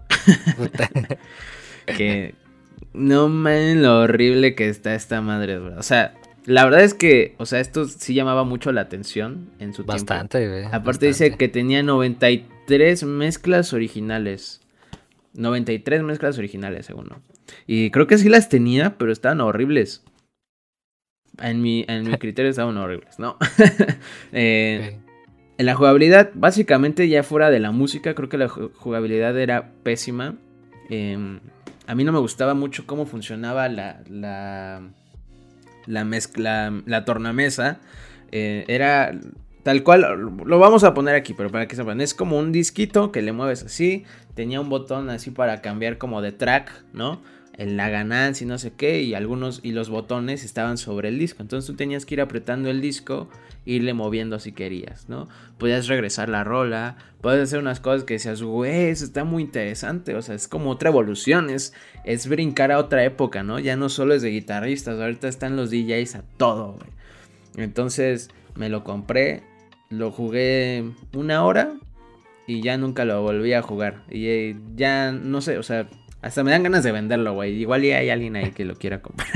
Que no mames lo horrible que está esta madre, bro. O sea, la verdad es que, o sea, esto sí llamaba mucho la atención en su
bastante,
tiempo.
Güey,
Aparte
bastante.
dice que tenía noventa y tres mezclas originales. noventa y tres mezclas originales, según no. Y creo que sí las tenía, pero estaban horribles. En mi, en mi criterio estaban horribles, ¿no? eh, okay. En la jugabilidad, básicamente ya fuera de la música, creo que la jugabilidad era pésima. Eh, a mí no me gustaba mucho cómo funcionaba la, la, la mezcla, la tornamesa. Eh, era tal cual, lo vamos a poner aquí, pero para que sepan, es como un disquito que le mueves así. Tenía un botón así para cambiar como de track, ¿no? En la ganancia y no sé qué, y algunos y los botones estaban sobre el disco, entonces tú tenías que ir apretando el disco e irle moviendo si querías, ¿no? Podías regresar la rola, podías hacer unas cosas que decías, güey, eso está muy interesante, o sea, es como otra evolución, es, es brincar a otra época, ¿no? Ya no solo es de guitarristas, ahorita están los D Js a todo, güey. Entonces me lo compré, lo jugué una hora y ya nunca lo volví a jugar, y eh, ya no sé, o sea... Hasta me dan ganas de venderlo, güey. Igual ya hay alguien ahí que lo quiera comprar.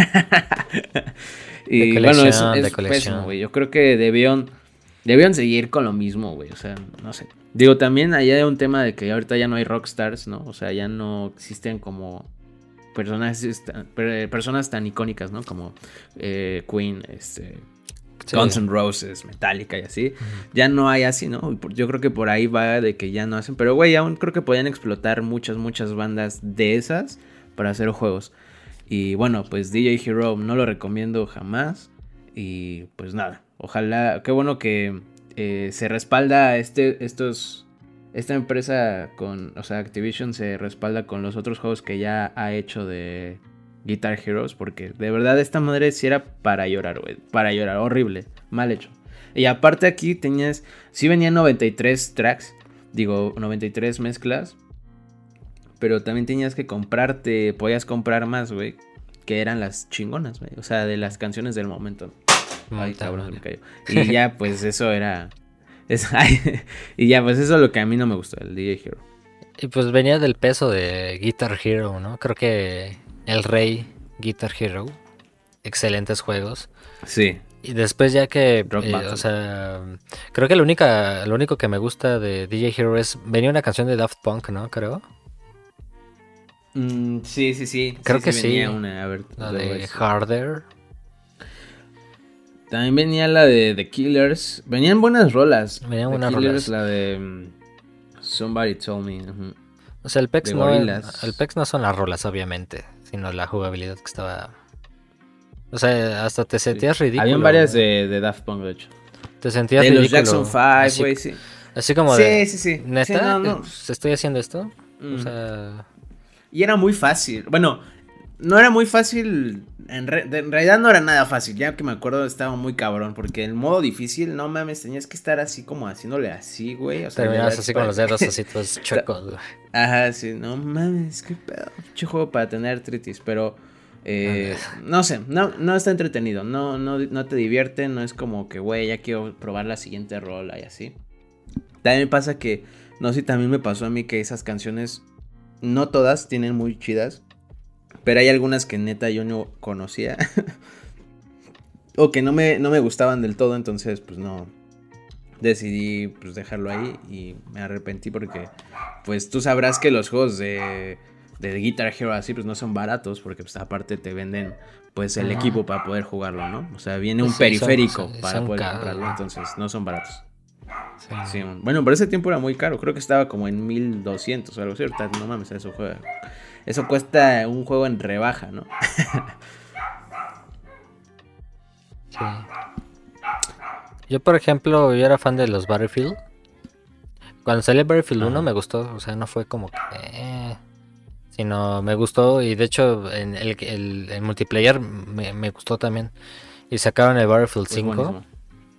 Y bueno, es, es pésimo, güey. Yo creo que debieron, debieron seguir con lo mismo, güey. O sea, no sé. Digo, también allá hay un tema de que ahorita ya no hay rockstars, ¿no? O sea, ya no existen como personas, personas tan icónicas, ¿no? Como eh, Queen, este... Sí. Guns N' Roses, Metallica y así. Uh-huh. Ya no hay así, ¿no? Yo creo que por ahí va de que ya no hacen. Pero, güey, aún creo que podían explotar muchas, muchas bandas de esas para hacer juegos. Y bueno, pues D J Hero no lo recomiendo jamás. Y pues nada, ojalá, qué bueno que eh, se respalda este, estos, esta empresa con, o sea, Activision se respalda con los otros juegos que ya ha hecho de... Guitar Heroes, porque de verdad esta madre sí era para llorar, güey, para llorar, horrible, mal hecho. Y aparte aquí tenías, sí venían noventa y tres tracks, digo, noventa y tres mezclas, pero también tenías que comprarte, podías comprar más, güey, que eran las chingonas, güey, o sea, de las canciones del momento. Ay, cabrón, me cayó. Y ya, pues eso era, es, ay, y ya, pues eso es lo que a mí no me gustó, el D J Hero.
Y pues venía del peso de Guitar Hero, ¿no? Creo que... El Rey, Guitar Hero, excelentes juegos.
Sí.
Y después ya que, eh, o sea, creo que lo, única, lo único que me gusta de D J Hero es, venía una canción de Daft Punk, ¿no? Creo.
Mm, sí, sí, sí.
Creo
sí,
que
sí.
sí.
Venía una, a ver.
La de eso. Harder.
También venía la de The Killers. Venían buenas rolas.
Venían
The
buenas
Killers,
rolas.
La de um, Somebody Told Me. Uh-huh.
O sea, el P E X, no, el P E X no son las rolas, obviamente, sino la jugabilidad que estaba... O sea, hasta te sentías sí. ridículo.
Habían varias de, de Daft Punk, de hecho.
Te sentías
de
ridículo.
De los Jackson five, güey, sí.
Así como
sí,
de...
Sí, sí, sí.
¿Neta?
Sí, no, no.
¿Estoy haciendo esto?
Mm.
O sea...
Y era muy fácil. Bueno, no era muy fácil... En, re, de, en realidad no era nada fácil. Ya que me acuerdo estaba muy cabrón. Porque el modo difícil, no mames, tenías que estar así como haciéndole así, güey. O sea,
terminabas así para... con los dedos así todos chocos, güey.
Ajá, sí, no mames, qué pedo. Pinche juego para tener artritis, pero eh, no sé, no, no está entretenido, no, no, no te divierte, no es como que, güey, ya quiero probar la siguiente rola y así. También pasa que, no sé, también me pasó a mí que esas canciones, no todas tienen muy chidas, pero hay algunas que neta yo no conocía o que no me, no me gustaban del todo, entonces pues no, decidí pues dejarlo ahí y me arrepentí porque pues tú sabrás que los juegos de, de Guitar Hero así pues no son baratos porque pues aparte te venden pues el ah. equipo para poder jugarlo, ¿no? O sea, viene un sí, periférico son, para son poder caro. comprarlo, entonces no son baratos. Sí. Sí, bueno, por ese tiempo era muy caro, creo que estaba como en mil doscientos o algo así, ahorita no mames, eso juega. Eso cuesta un juego en rebaja, ¿no?
Sí. Yo, por ejemplo, yo era fan de los Battlefield. Cuando salió Battlefield uno
Ajá.
me gustó, o sea, no fue como que... eh, sino me gustó y de hecho en el, el, el multiplayer me, me gustó también. Y sacaron el Battlefield
Es
cinco
buenísimo.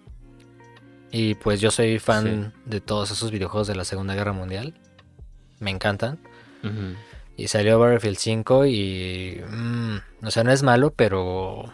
y pues yo soy
Sí.
fan de todos esos videojuegos de la Segunda Guerra Mundial. Me encantan.
Ujú.
Y salió Battlefield cinco y... mm, o sea, no es malo, pero...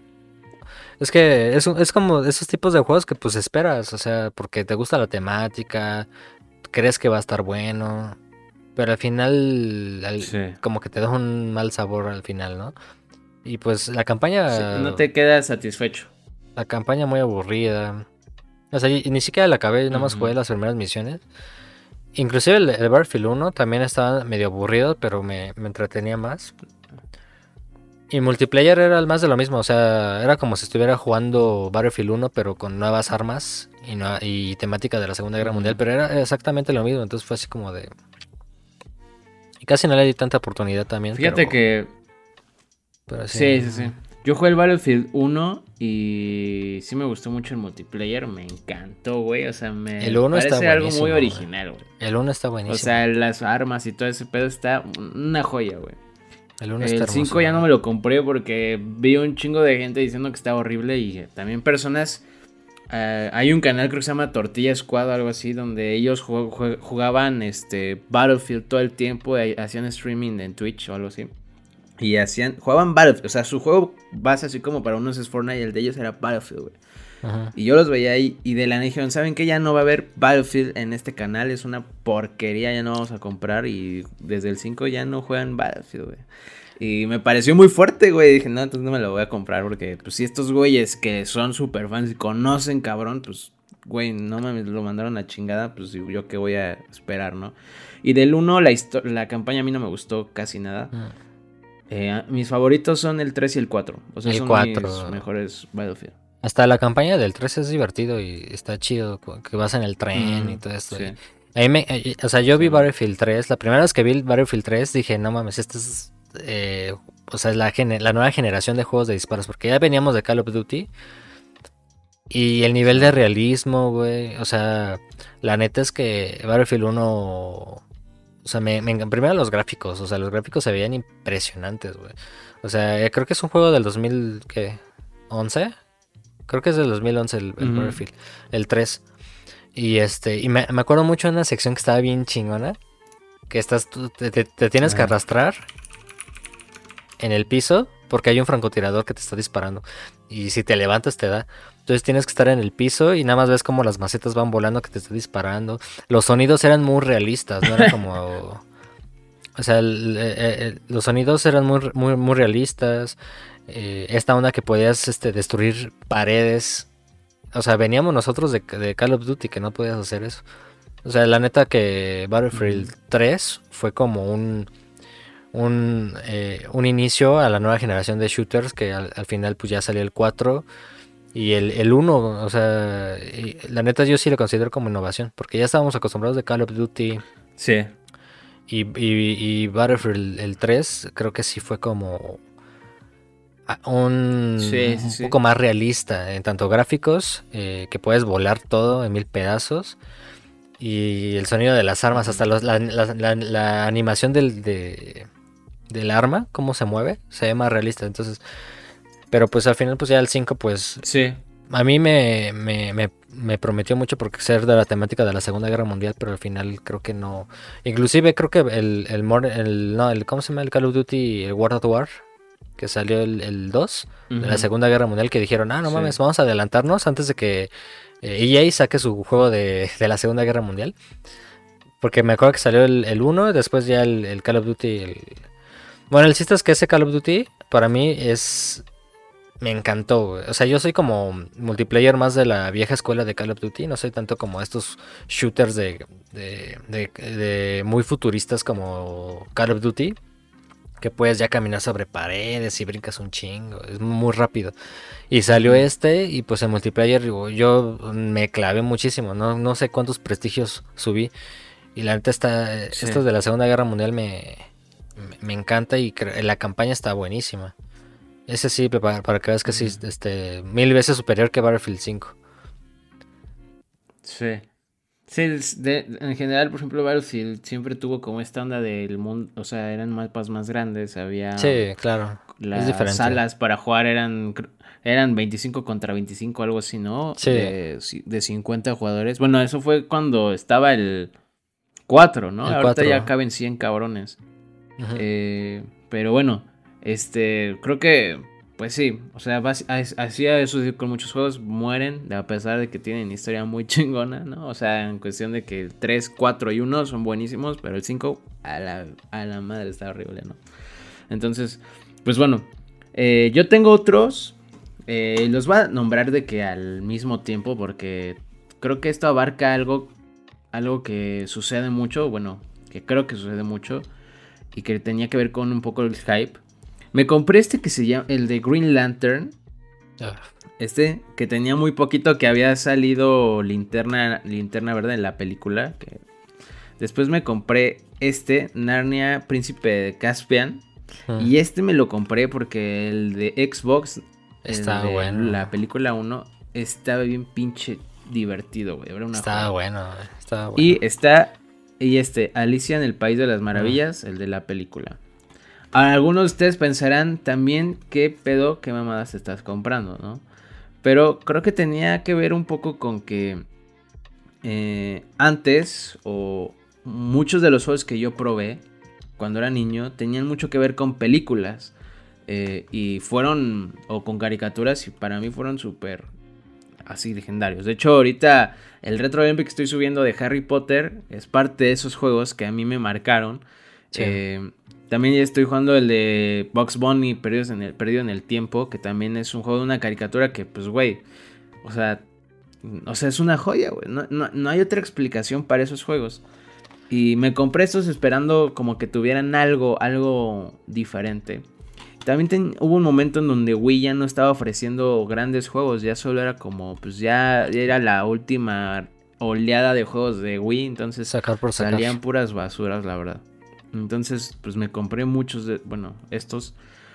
Es que es, un- es como esos tipos de juegos que pues esperas, o sea, porque te gusta la temática, crees que va a estar bueno, pero al final al-
Sí.
como que te da un mal sabor al final, ¿no? Y pues la
Sí, no
campaña,
te quedas satisfecho.
la campaña muy aburrida. O sea, y, y ni siquiera la acabé, nada más jugué
Ujú.
las primeras misiones. Inclusive el, el Battlefield uno también estaba medio aburrido, pero me, me entretenía más. Y multiplayer era el más de lo mismo, o sea, era como si estuviera jugando Battlefield uno, pero con nuevas armas y, no- y temática de la Segunda Guerra Mundial,
Ujú.
pero era exactamente lo mismo, entonces fue así como de... Y casi no le di tanta oportunidad también,
Fíjate
pero,
que
pero sí.
sí, sí, sí. Yo jugué el Battlefield uno y sí me gustó mucho el multiplayer, me encantó, güey. O sea, me
El uno está
parece algo muy
buenísimo, güey.
original, güey.
El uno está
O
buenísimo.
sea, las armas y todo ese pedo está una joya, güey.
El uno está
El cinco
hermoso,
ya no
güey.
me lo compré porque vi un chingo de gente diciendo que está horrible y también personas... eh, hay un canal creo que se llama Tortilla Squad o algo así donde ellos jug- jug- jugaban este Battlefield todo el tiempo, eh, hacían streaming en Twitch o algo así. Y hacían, jugaban Battlefield, o sea, su juego base así como para unos es Fortnite y el de ellos era Battlefield, güey.
Ajá.
Y yo los veía ahí y de la nada dijeron, ¿saben qué? Ya no va a haber Battlefield en este canal, es una porquería, ya no vamos a comprar y desde el cinco ya no juegan Battlefield, güey. Y me pareció muy fuerte, güey, dije, no, entonces no me lo voy a comprar porque, pues, si estos güeyes que son super fans y conocen, cabrón, pues, güey, no me lo mandaron a chingada, pues, yo qué voy a esperar, ¿no? Y del uno la, histo- la campaña a mí no me gustó casi nada.
Mm.
Eh, mis favoritos son el tres y el cuatro. O sea,
El
son mis
cuatro.
mejores Battlefield.
Hasta la campaña del tres es divertido y está chido, cu- que vas en el tren y
Mm,
todo esto.
sí,
Y a mí me, eh, o sea, yo vi
sí, man.
Battlefield tres, la primera vez que vi el Battlefield tres dije, no mames, esta es, eh, o sea, es la, gene- la nueva generación de juegos de disparos, porque ya veníamos de Call of Duty y el nivel
Sí.
de realismo, güey, o sea, la neta es que Battlefield uno, o sea, me, me encan- primero los gráficos, o sea, los gráficos se veían impresionantes, güey. O sea, eh, creo que es un juego del dos mil, ¿qué? ¿once? Creo que es del dos mil once el, el
Ujú.
Battlefield, el tres. Y este, y me, me acuerdo mucho de una sección que estaba bien chingona, que estás, tú- te, te- te tienes que
Ajá.
arrastrar en el piso porque hay un francotirador que te está disparando. Y si te levantas te da. Entonces tienes que estar en el piso y nada más ves como las macetas van volando que te está disparando. Los sonidos eran muy realistas, no era como... O sea, el- el- el- los sonidos eran muy, muy, muy realistas. Eh, esta onda que podías este, destruir paredes. O sea, veníamos nosotros de, de Call of Duty que no podías hacer eso. O sea, la neta que Battlefield
Ujú.
tres fue como un, un, eh, un inicio a la nueva generación de shooters que al, al final pues ya salió el cuatro y el, el uno, o sea, y la neta yo sí lo considero como innovación, porque ya estábamos acostumbrados de Call of Duty
Sí.
y, y, y Battlefield el tres creo que sí fue como a- un,
Sí, sí,
un
sí.
poco más realista en tanto gráficos, eh, que puedes volar todo en mil pedazos. Y el sonido de las armas, hasta
Ujú.
los- la, la- la- la animación del, de, del arma, cómo se mueve, se ve más realista. Entonces, pero pues al final, pues ya el cinco pues
Sí.
a mí me, me, me, me prometió mucho porque ser de la temática de la Segunda Guerra Mundial, pero al final creo que no. Inclusive creo que el, el, Mod- el, no, el ¿cómo se llama? El Call of Duty, el World at War, que salió el, el dos de la
Ujú.
Segunda Guerra Mundial, que dijeron, ah, no
Sí.
mames, vamos a adelantarnos antes de que eh, E A saque su juego de, de la Segunda Guerra Mundial. Porque me acuerdo que salió el, el uno, después ya el, el Call of Duty. El... Bueno, el chiste es que ese Call of Duty para mí es... Me encantó, güey. O sea, yo soy como multiplayer más de la vieja escuela de Call of Duty. No soy tanto como estos shooters de, de, de, de muy futuristas como Call of Duty. Que puedes ya caminar sobre paredes y brincas un chingo. Es muy rápido. Y salió
Ujú.
este y pues en multiplayer digo, yo me clavé muchísimo. No, no sé cuántos prestigios subí. Y la neta está...
Sí.
Estos de la Segunda Guerra Mundial me, me, me encanta y cre- la campaña está buenísima. Ese sí, para, para que veas que sí,
Ujú.
este, mil veces superior que Battlefield cinco.
Sí. Sí, es de- en general, por ejemplo, Battlefield siempre tuvo como esta onda del mundo, o sea, eran mapas más grandes, había
Sí, claro. Es
las
diferente.
salas para jugar eran cr- eran veinticinco contra veinticinco, algo así, ¿no?
Sí,
De, ci- de cincuenta jugadores. Bueno, eso fue cuando estaba el cuatro, ¿no?
el
Ahorita ya
cuatro.
caben cien cabrones.
Ujú.
Eh, pero bueno, este, creo que, pues sí, o sea, bas- as- así ha sucedido con muchos juegos, mueren a pesar de que tienen historia muy chingona, ¿no? O sea, en cuestión de que el tres, cuatro y uno son buenísimos, pero el cinco a la, a la madre está horrible, ¿no? Entonces, pues bueno, eh, yo tengo otros, eh, los voy a nombrar de que al mismo tiempo porque creo que esto abarca algo, algo que sucede mucho, bueno, que creo que sucede mucho y que tenía que ver con un poco el hype. Me compré este que se llama el de Green Lantern.
Ah,
Este que tenía muy poquito que había salido Linterna, Linterna Verde en la película. Que después me compré este, Narnia Príncipe de Caspian.
mm,
Y este me lo compré porque el de Xbox, el
Está
de la
bueno.
película uno, estaba bien pinche divertido, güey. Era una
Está
joya.
bueno. Está bueno.
Y está, y este, Alicia en el País de las
Mm.
Maravillas, el de la película. Ahora, algunos de ustedes pensarán también qué pedo, qué mamadas te estás comprando, ¿no? Pero creo que tenía que ver un poco con que eh, antes, o muchos de los juegos que yo probé cuando era niño, tenían mucho que ver con películas. Eh, y fueron, o con caricaturas, y para mí fueron súper así legendarios. De hecho, ahorita el retro gameplay que estoy subiendo de Harry Potter es parte de esos juegos que a mí me marcaron.
Sí.
Eh, también ya estoy jugando el de Bugs Bunny Perdidos en el, Perdido en el Tiempo, que también es un juego de una caricatura que, pues, güey, o sea, o sea, es una joya, güey. No, no, no hay otra explicación para esos juegos. Y me compré estos esperando como que tuvieran algo, algo diferente. También ten- hubo un momento en donde Wii ya no estaba ofreciendo grandes juegos, ya solo era como, pues ya, ya era la última oleada de juegos de Wii, entonces
Sacar por sacar.
salían puras basuras, la verdad. Entonces, pues me compré muchos de, bueno, estos.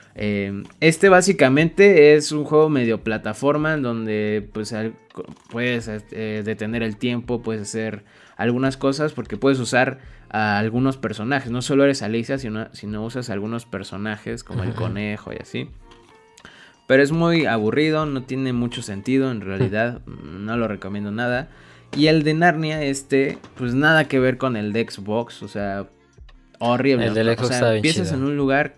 Eh, este básicamente es un juego medio plataforma en donde pues al- puedes eh, detener el tiempo, puedes hacer algunas cosas porque puedes usar a algunos personajes. No solo eres Alicia, sino, sino usas algunos personajes como el conejo y así. Pero es muy aburrido, no tiene mucho sentido en realidad, no lo recomiendo nada. Y el de Narnia, este, pues nada que ver con el de Xbox, o sea, horrible.
El del
O
Xbox
sea,
estaba bien
empiezas
chido.
en un lugar,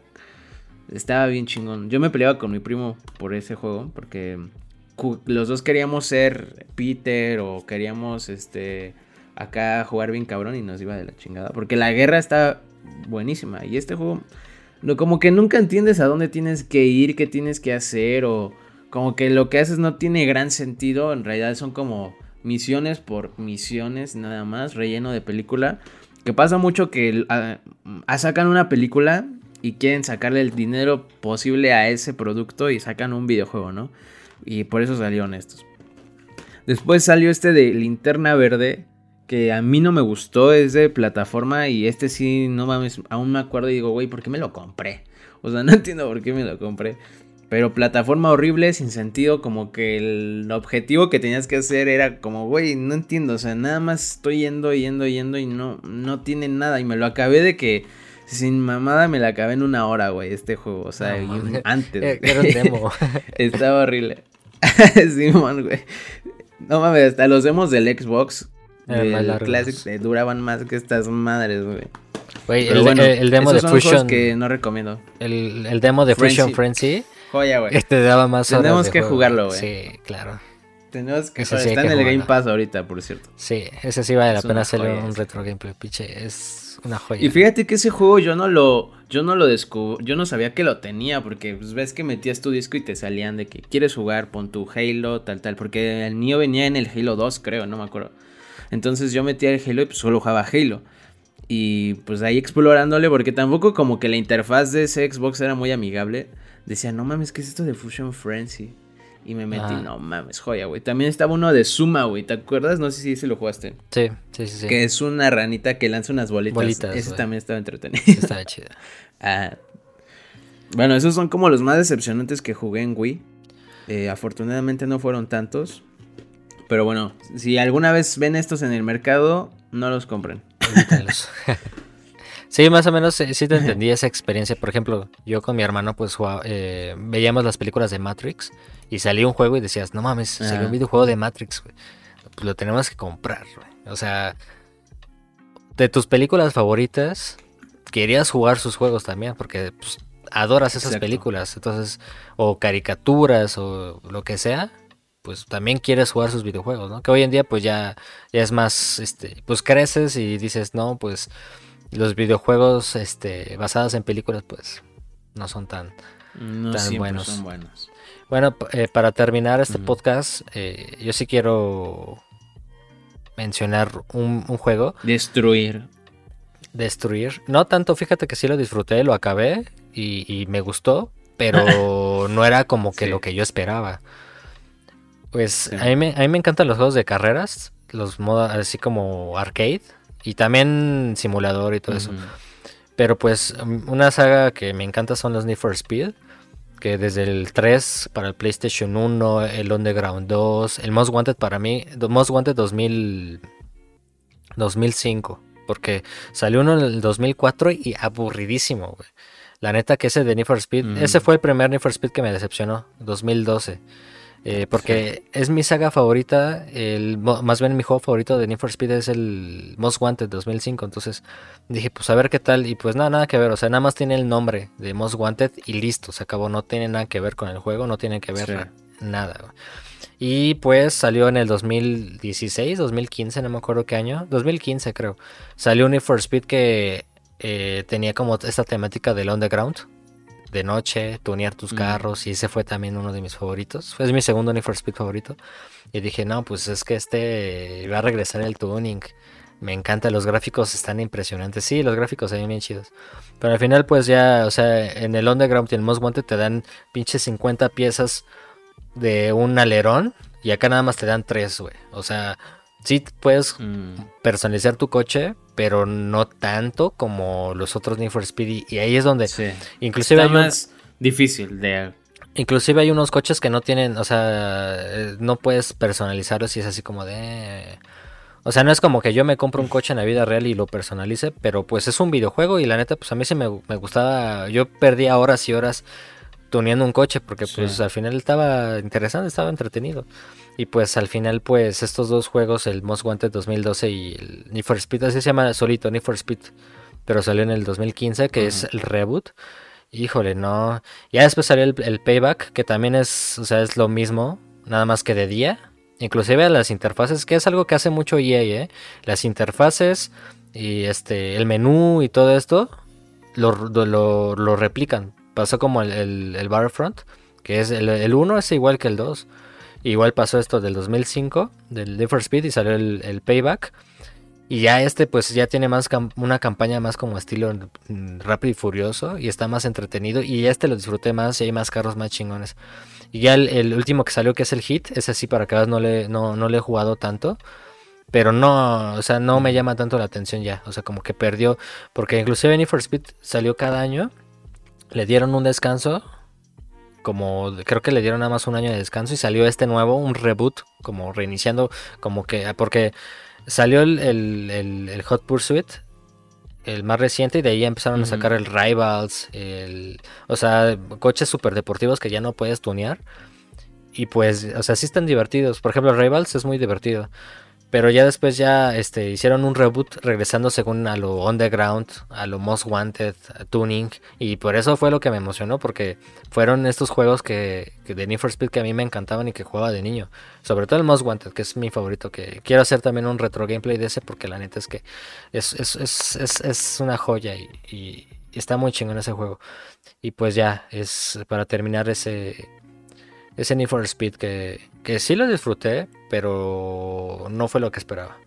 estaba bien chingón. Yo me peleaba con mi primo por ese juego, porque ju- los dos queríamos ser Peter o queríamos, este, acá jugar bien cabrón y nos iba de la chingada. Porque la guerra está buenísima y este juego, no, como que nunca entiendes a dónde tienes que ir, qué tienes que hacer o como que lo que haces no tiene gran sentido. En realidad son como misiones por misiones nada más, relleno de película. Que pasa mucho que ah, ah, sacan una película y quieren sacarle el dinero posible a ese producto y sacan un videojuego, ¿no? Y por eso salieron estos. Después salió este de Linterna Verde, que a mí no me gustó, es de plataforma y este sí, no mames, aún me acuerdo y digo, güey, ¿por qué me lo compré? O sea, no entiendo por qué me lo compré. Pero plataforma horrible, sin sentido, como que el objetivo que tenías que hacer era como, güey, no entiendo, o sea, nada más estoy yendo, yendo, yendo y no, no tiene nada. Y me lo acabé de que, sin mamada, me lo acabé en una hora, güey, este juego, o sea,
No,
y
mames.
antes.
Era un demo.
Estaba horrible. Simón, güey. No mames, hasta los demos del Xbox,
Eran más
del Classic,
largos.
eh, duraban más que estas madres, güey.
Güey,
Pero
el,
bueno,
el- el demo de
esos son juegos que
Fusion.
no recomiendo.
El, el demo de Fusion
Frenzy.
Frenzy.
Joya, güey.
Este daba más horas
Tenemos
de
que
juego.
jugarlo, güey.
Sí, claro.
Tenemos que
Ese
jugar.
sí hay
Está
que
en el Game
jugarlo.
Pass ahorita, por cierto.
Sí, ese sí vale la
Es
pena
una
hacerle
joya
un
ese.
retro gameplay, piche. Es una joya.
Y fíjate que ese juego yo no lo, yo no lo descubrí, yo no sabía que lo tenía, porque pues, ves que metías tu disco y te salían de que quieres jugar, pon tu Halo, tal, tal, porque el mío venía en el Halo dos, creo, no me acuerdo. Entonces yo metía el Halo y pues solo jugaba Halo. Y pues ahí explorándole, porque tampoco como que la interfaz de ese Xbox era muy amigable. Decía, no mames, ¿qué es esto de Fusion Frenzy? Y me metí,
Ah.
no mames, joya, güey. También estaba uno de Suma, güey, ¿te acuerdas? No sé si ese lo jugaste.
Sí, sí, sí, sí.
Que es una ranita que lanza unas bolitas.
Bolitas,
Ese
güey.
también estaba entretenido.
Sí, estaba chida.
Ah, bueno, esos son como los más decepcionantes que jugué en Wii. Eh, afortunadamente no fueron tantos. Pero bueno, si alguna vez ven estos en el mercado, no los compren.
Sí, más o menos sí, sí te entendí esa experiencia. Por ejemplo, yo con mi hermano pues jugaba, eh, veíamos las películas de Matrix y salía un juego y decías, no mames,
Ajá.
salió un videojuego de Matrix, güey. Pues lo tenemos que comprar, güey. O sea, de tus películas favoritas, querías jugar sus juegos también porque pues, adoras esas
Exacto.
películas. Entonces, o caricaturas o lo que sea, pues también quieres jugar sus videojuegos, ¿no? Que hoy en día pues ya, ya es más, este, pues creces y dices, no, pues los videojuegos este, basados en películas pues no son tan,
No
tan
siempre
buenos.
son buenos.
Bueno, eh, para terminar este
Ujú.
podcast, eh, yo sí quiero mencionar un, un juego,
Destruir.
Destruir. No tanto, fíjate que sí lo disfruté, lo acabé y, y me gustó, pero no era como que
Sí.
lo que yo esperaba. Pues
Sí.
a mí, me, a mí me encantan los juegos de carreras, los modos así como arcade y también simulador y todo eso.
Ujú.
Pero pues um, una saga que me encanta son los Need for Speed, que desde el tres para el PlayStation uno, el Underground dos, el Most Wanted para mí, The Most Wanted dos mil, dos mil cinco, porque salió uno en el dos mil cuatro y aburridísimo, güey. La neta que ese de Need for Speed,
Ujú.
ese fue el primer Need for Speed que me decepcionó, dos mil doce. Eh, porque sí. Es mi saga favorita, el, más bien mi juego favorito de Need for Speed es el Most Wanted dos mil cinco, entonces dije pues a ver qué tal y pues nada, nada que ver, o sea, nada más tiene el nombre de Most Wanted y listo, se acabó, no tiene nada que ver con el juego, no tiene que ver sí. nada. Y pues salió en el dos mil dieciséis, dos mil quince, no me acuerdo qué año, dos mil quince creo, salió un Need for Speed que eh, tenía como esta temática del underground, de noche, tunear tus mm. carros, y ese fue también uno de mis favoritos. Fue mi segundo Need for Speed favorito. Y dije, no, pues es que este va a regresar el tuning. Me encanta, los gráficos están impresionantes. Sí, los gráficos se ven bien chidos. Pero al final, pues ya, o sea, en el Underground y en el Most Wanted te dan pinches cincuenta piezas de un alerón. Y acá nada más te dan tres, güey. O sea, sí puedes mm. personalizar tu coche, pero no tanto como los otros Need for Speed. Y ahí es donde
sí.
inclusive
está
hay
más un... difícil de...
Inclusive hay unos coches que no tienen, o sea, no puedes personalizarlos y es así como de... O sea, no es como que yo me compro un coche en la vida real y lo personalice, pero pues es un videojuego y la neta, pues a mí sí me, me gustaba, yo perdía horas y horas tuneando un coche porque sí. pues al final estaba interesante, estaba entretenido. Y pues al final pues estos dos juegos, el Most Wanted dos mil doce y el Need for Speed, así se llama solito, Need for Speed, pero salió en el dos mil quince, que uh-huh. es el reboot. Híjole, no. Ya después salió el, el Payback, que también es, o sea, es lo mismo, nada más que de día. Inclusive las interfaces, que es algo que hace mucho E A, ¿eh? Las interfaces y este el menú y todo esto lo, lo, lo replican. Pasó como el, el, el Battlefront, que es el, el uno es igual que el dos. Igual pasó esto del dos mil cinco, del Need for Speed, y salió el, el Payback. Y ya este pues ya tiene más cam- una campaña más como estilo mm, Rápido y Furioso y está más entretenido y ya este lo disfruté más y hay más carros más chingones. Y ya el, el último que salió que es el Hit, ese sí para acá no le, no, no le he jugado tanto, pero no, o sea, no me llama tanto la atención ya, o sea, como que perdió, porque inclusive Need for Speed salió cada año, le dieron un descanso, como creo que le dieron nada más un año de descanso y salió este nuevo, un reboot, como reiniciando, como que, porque... Salió el, el, el, el Hot Pursuit, el más reciente, y de ahí empezaron uh-huh. a sacar el Rivals, el, o sea, coches super deportivos que ya no puedes tunear. Y pues, o sea, sí están divertidos. Por ejemplo, el Rivals es muy divertido. Pero ya después ya este, hicieron un reboot regresando según a lo Underground, a lo Most Wanted, a Tuning. Y por eso fue lo que me emocionó, porque fueron estos juegos que, que de Need for Speed que a mí me encantaban y que jugaba de niño. Sobre todo el Most Wanted, que es mi favorito, que quiero hacer también un retro gameplay de ese, porque la neta es que es, es, es, es, es una joya y, y está muy chingón ese juego. Y pues ya, es para terminar ese... Ese Need for Speed que, que sí lo disfruté, pero no fue lo que esperaba.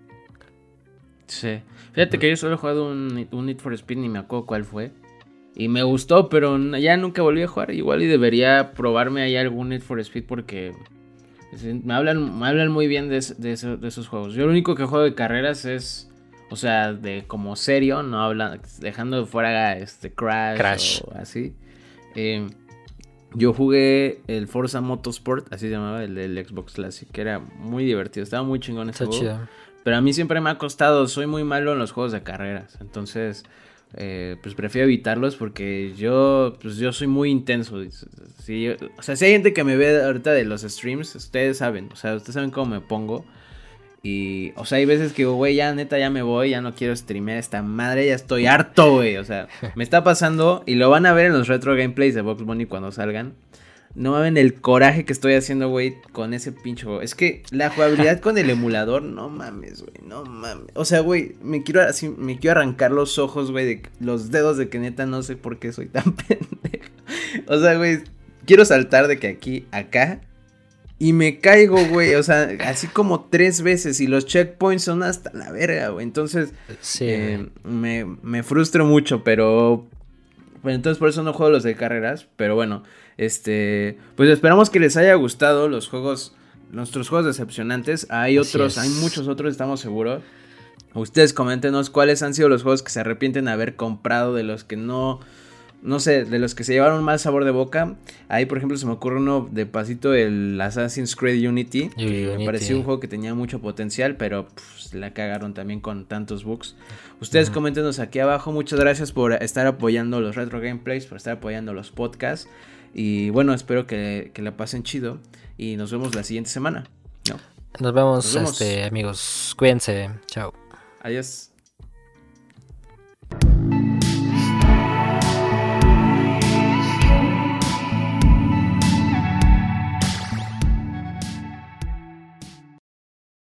Sí. Fíjate que yo solo he jugado un, un Need for Speed, ni me acuerdo cuál fue. Y me gustó, pero ya nunca volví a jugar. Igual y debería probarme ahí algún Need for Speed porque me hablan, me hablan muy bien de, de, eso, de esos juegos. Yo lo único que juego de carreras es, o sea, de como serio, no hablan, dejando de fuera este Crash,
Crash.
o así. Eh, yo jugué el Forza Motorsport, así se llamaba, el del Xbox Classic, que era muy divertido, estaba muy chingón ese
Está
juego.
chido.
Pero a mí siempre me ha costado, soy muy malo en los juegos de carreras, entonces eh, pues prefiero evitarlos porque yo pues yo soy muy intenso. Si yo- o sea, si hay gente que me ve ahorita de los streams, ustedes saben, o sea, ustedes saben cómo me pongo. Y, o sea, hay veces que digo, güey, ya neta, ya me voy, ya no quiero streamear esta madre, ya estoy harto, güey. O sea, me está pasando y lo van a ver en los retro gameplays de Box Bunny cuando salgan. No mames el coraje que estoy haciendo, güey, con ese pinche juego. Es que la jugabilidad con el emulador, no mames, güey, no mames. O sea, güey, me quiero así, me quiero arrancar los ojos, güey, de los dedos de que neta no sé por qué soy tan pendejo. O sea, güey, quiero saltar de que aquí, acá. Y me caigo, güey, o sea, así como tres veces y los checkpoints son hasta la verga, güey. Entonces,
Sí,
eh, me, me frustro mucho, pero... Bueno, entonces por eso no juego los de carreras, pero bueno, este... Pues esperamos que les haya gustado los juegos, nuestros juegos decepcionantes. Hay
Así
otros,
es.
hay muchos otros, estamos seguros. Ustedes coméntenos cuáles han sido los juegos que se arrepienten de haber comprado, de los que no... No sé, de los que se llevaron más sabor de boca. Ahí, por ejemplo, se me ocurre uno de pasito, el Assassin's Creed Unity. Que
Unity.
me pareció un juego que tenía mucho potencial, pero pues, la cagaron también con tantos bugs. Ustedes
Ujú.
coméntenos aquí abajo. Muchas gracias por estar apoyando los retro gameplays, por estar apoyando los podcasts. Y bueno, espero que, que la pasen chido. Y nos vemos la siguiente semana. ¿No?
Nos vemos,
Nos vemos.
este, amigos. Cuídense. Chao.
Adiós.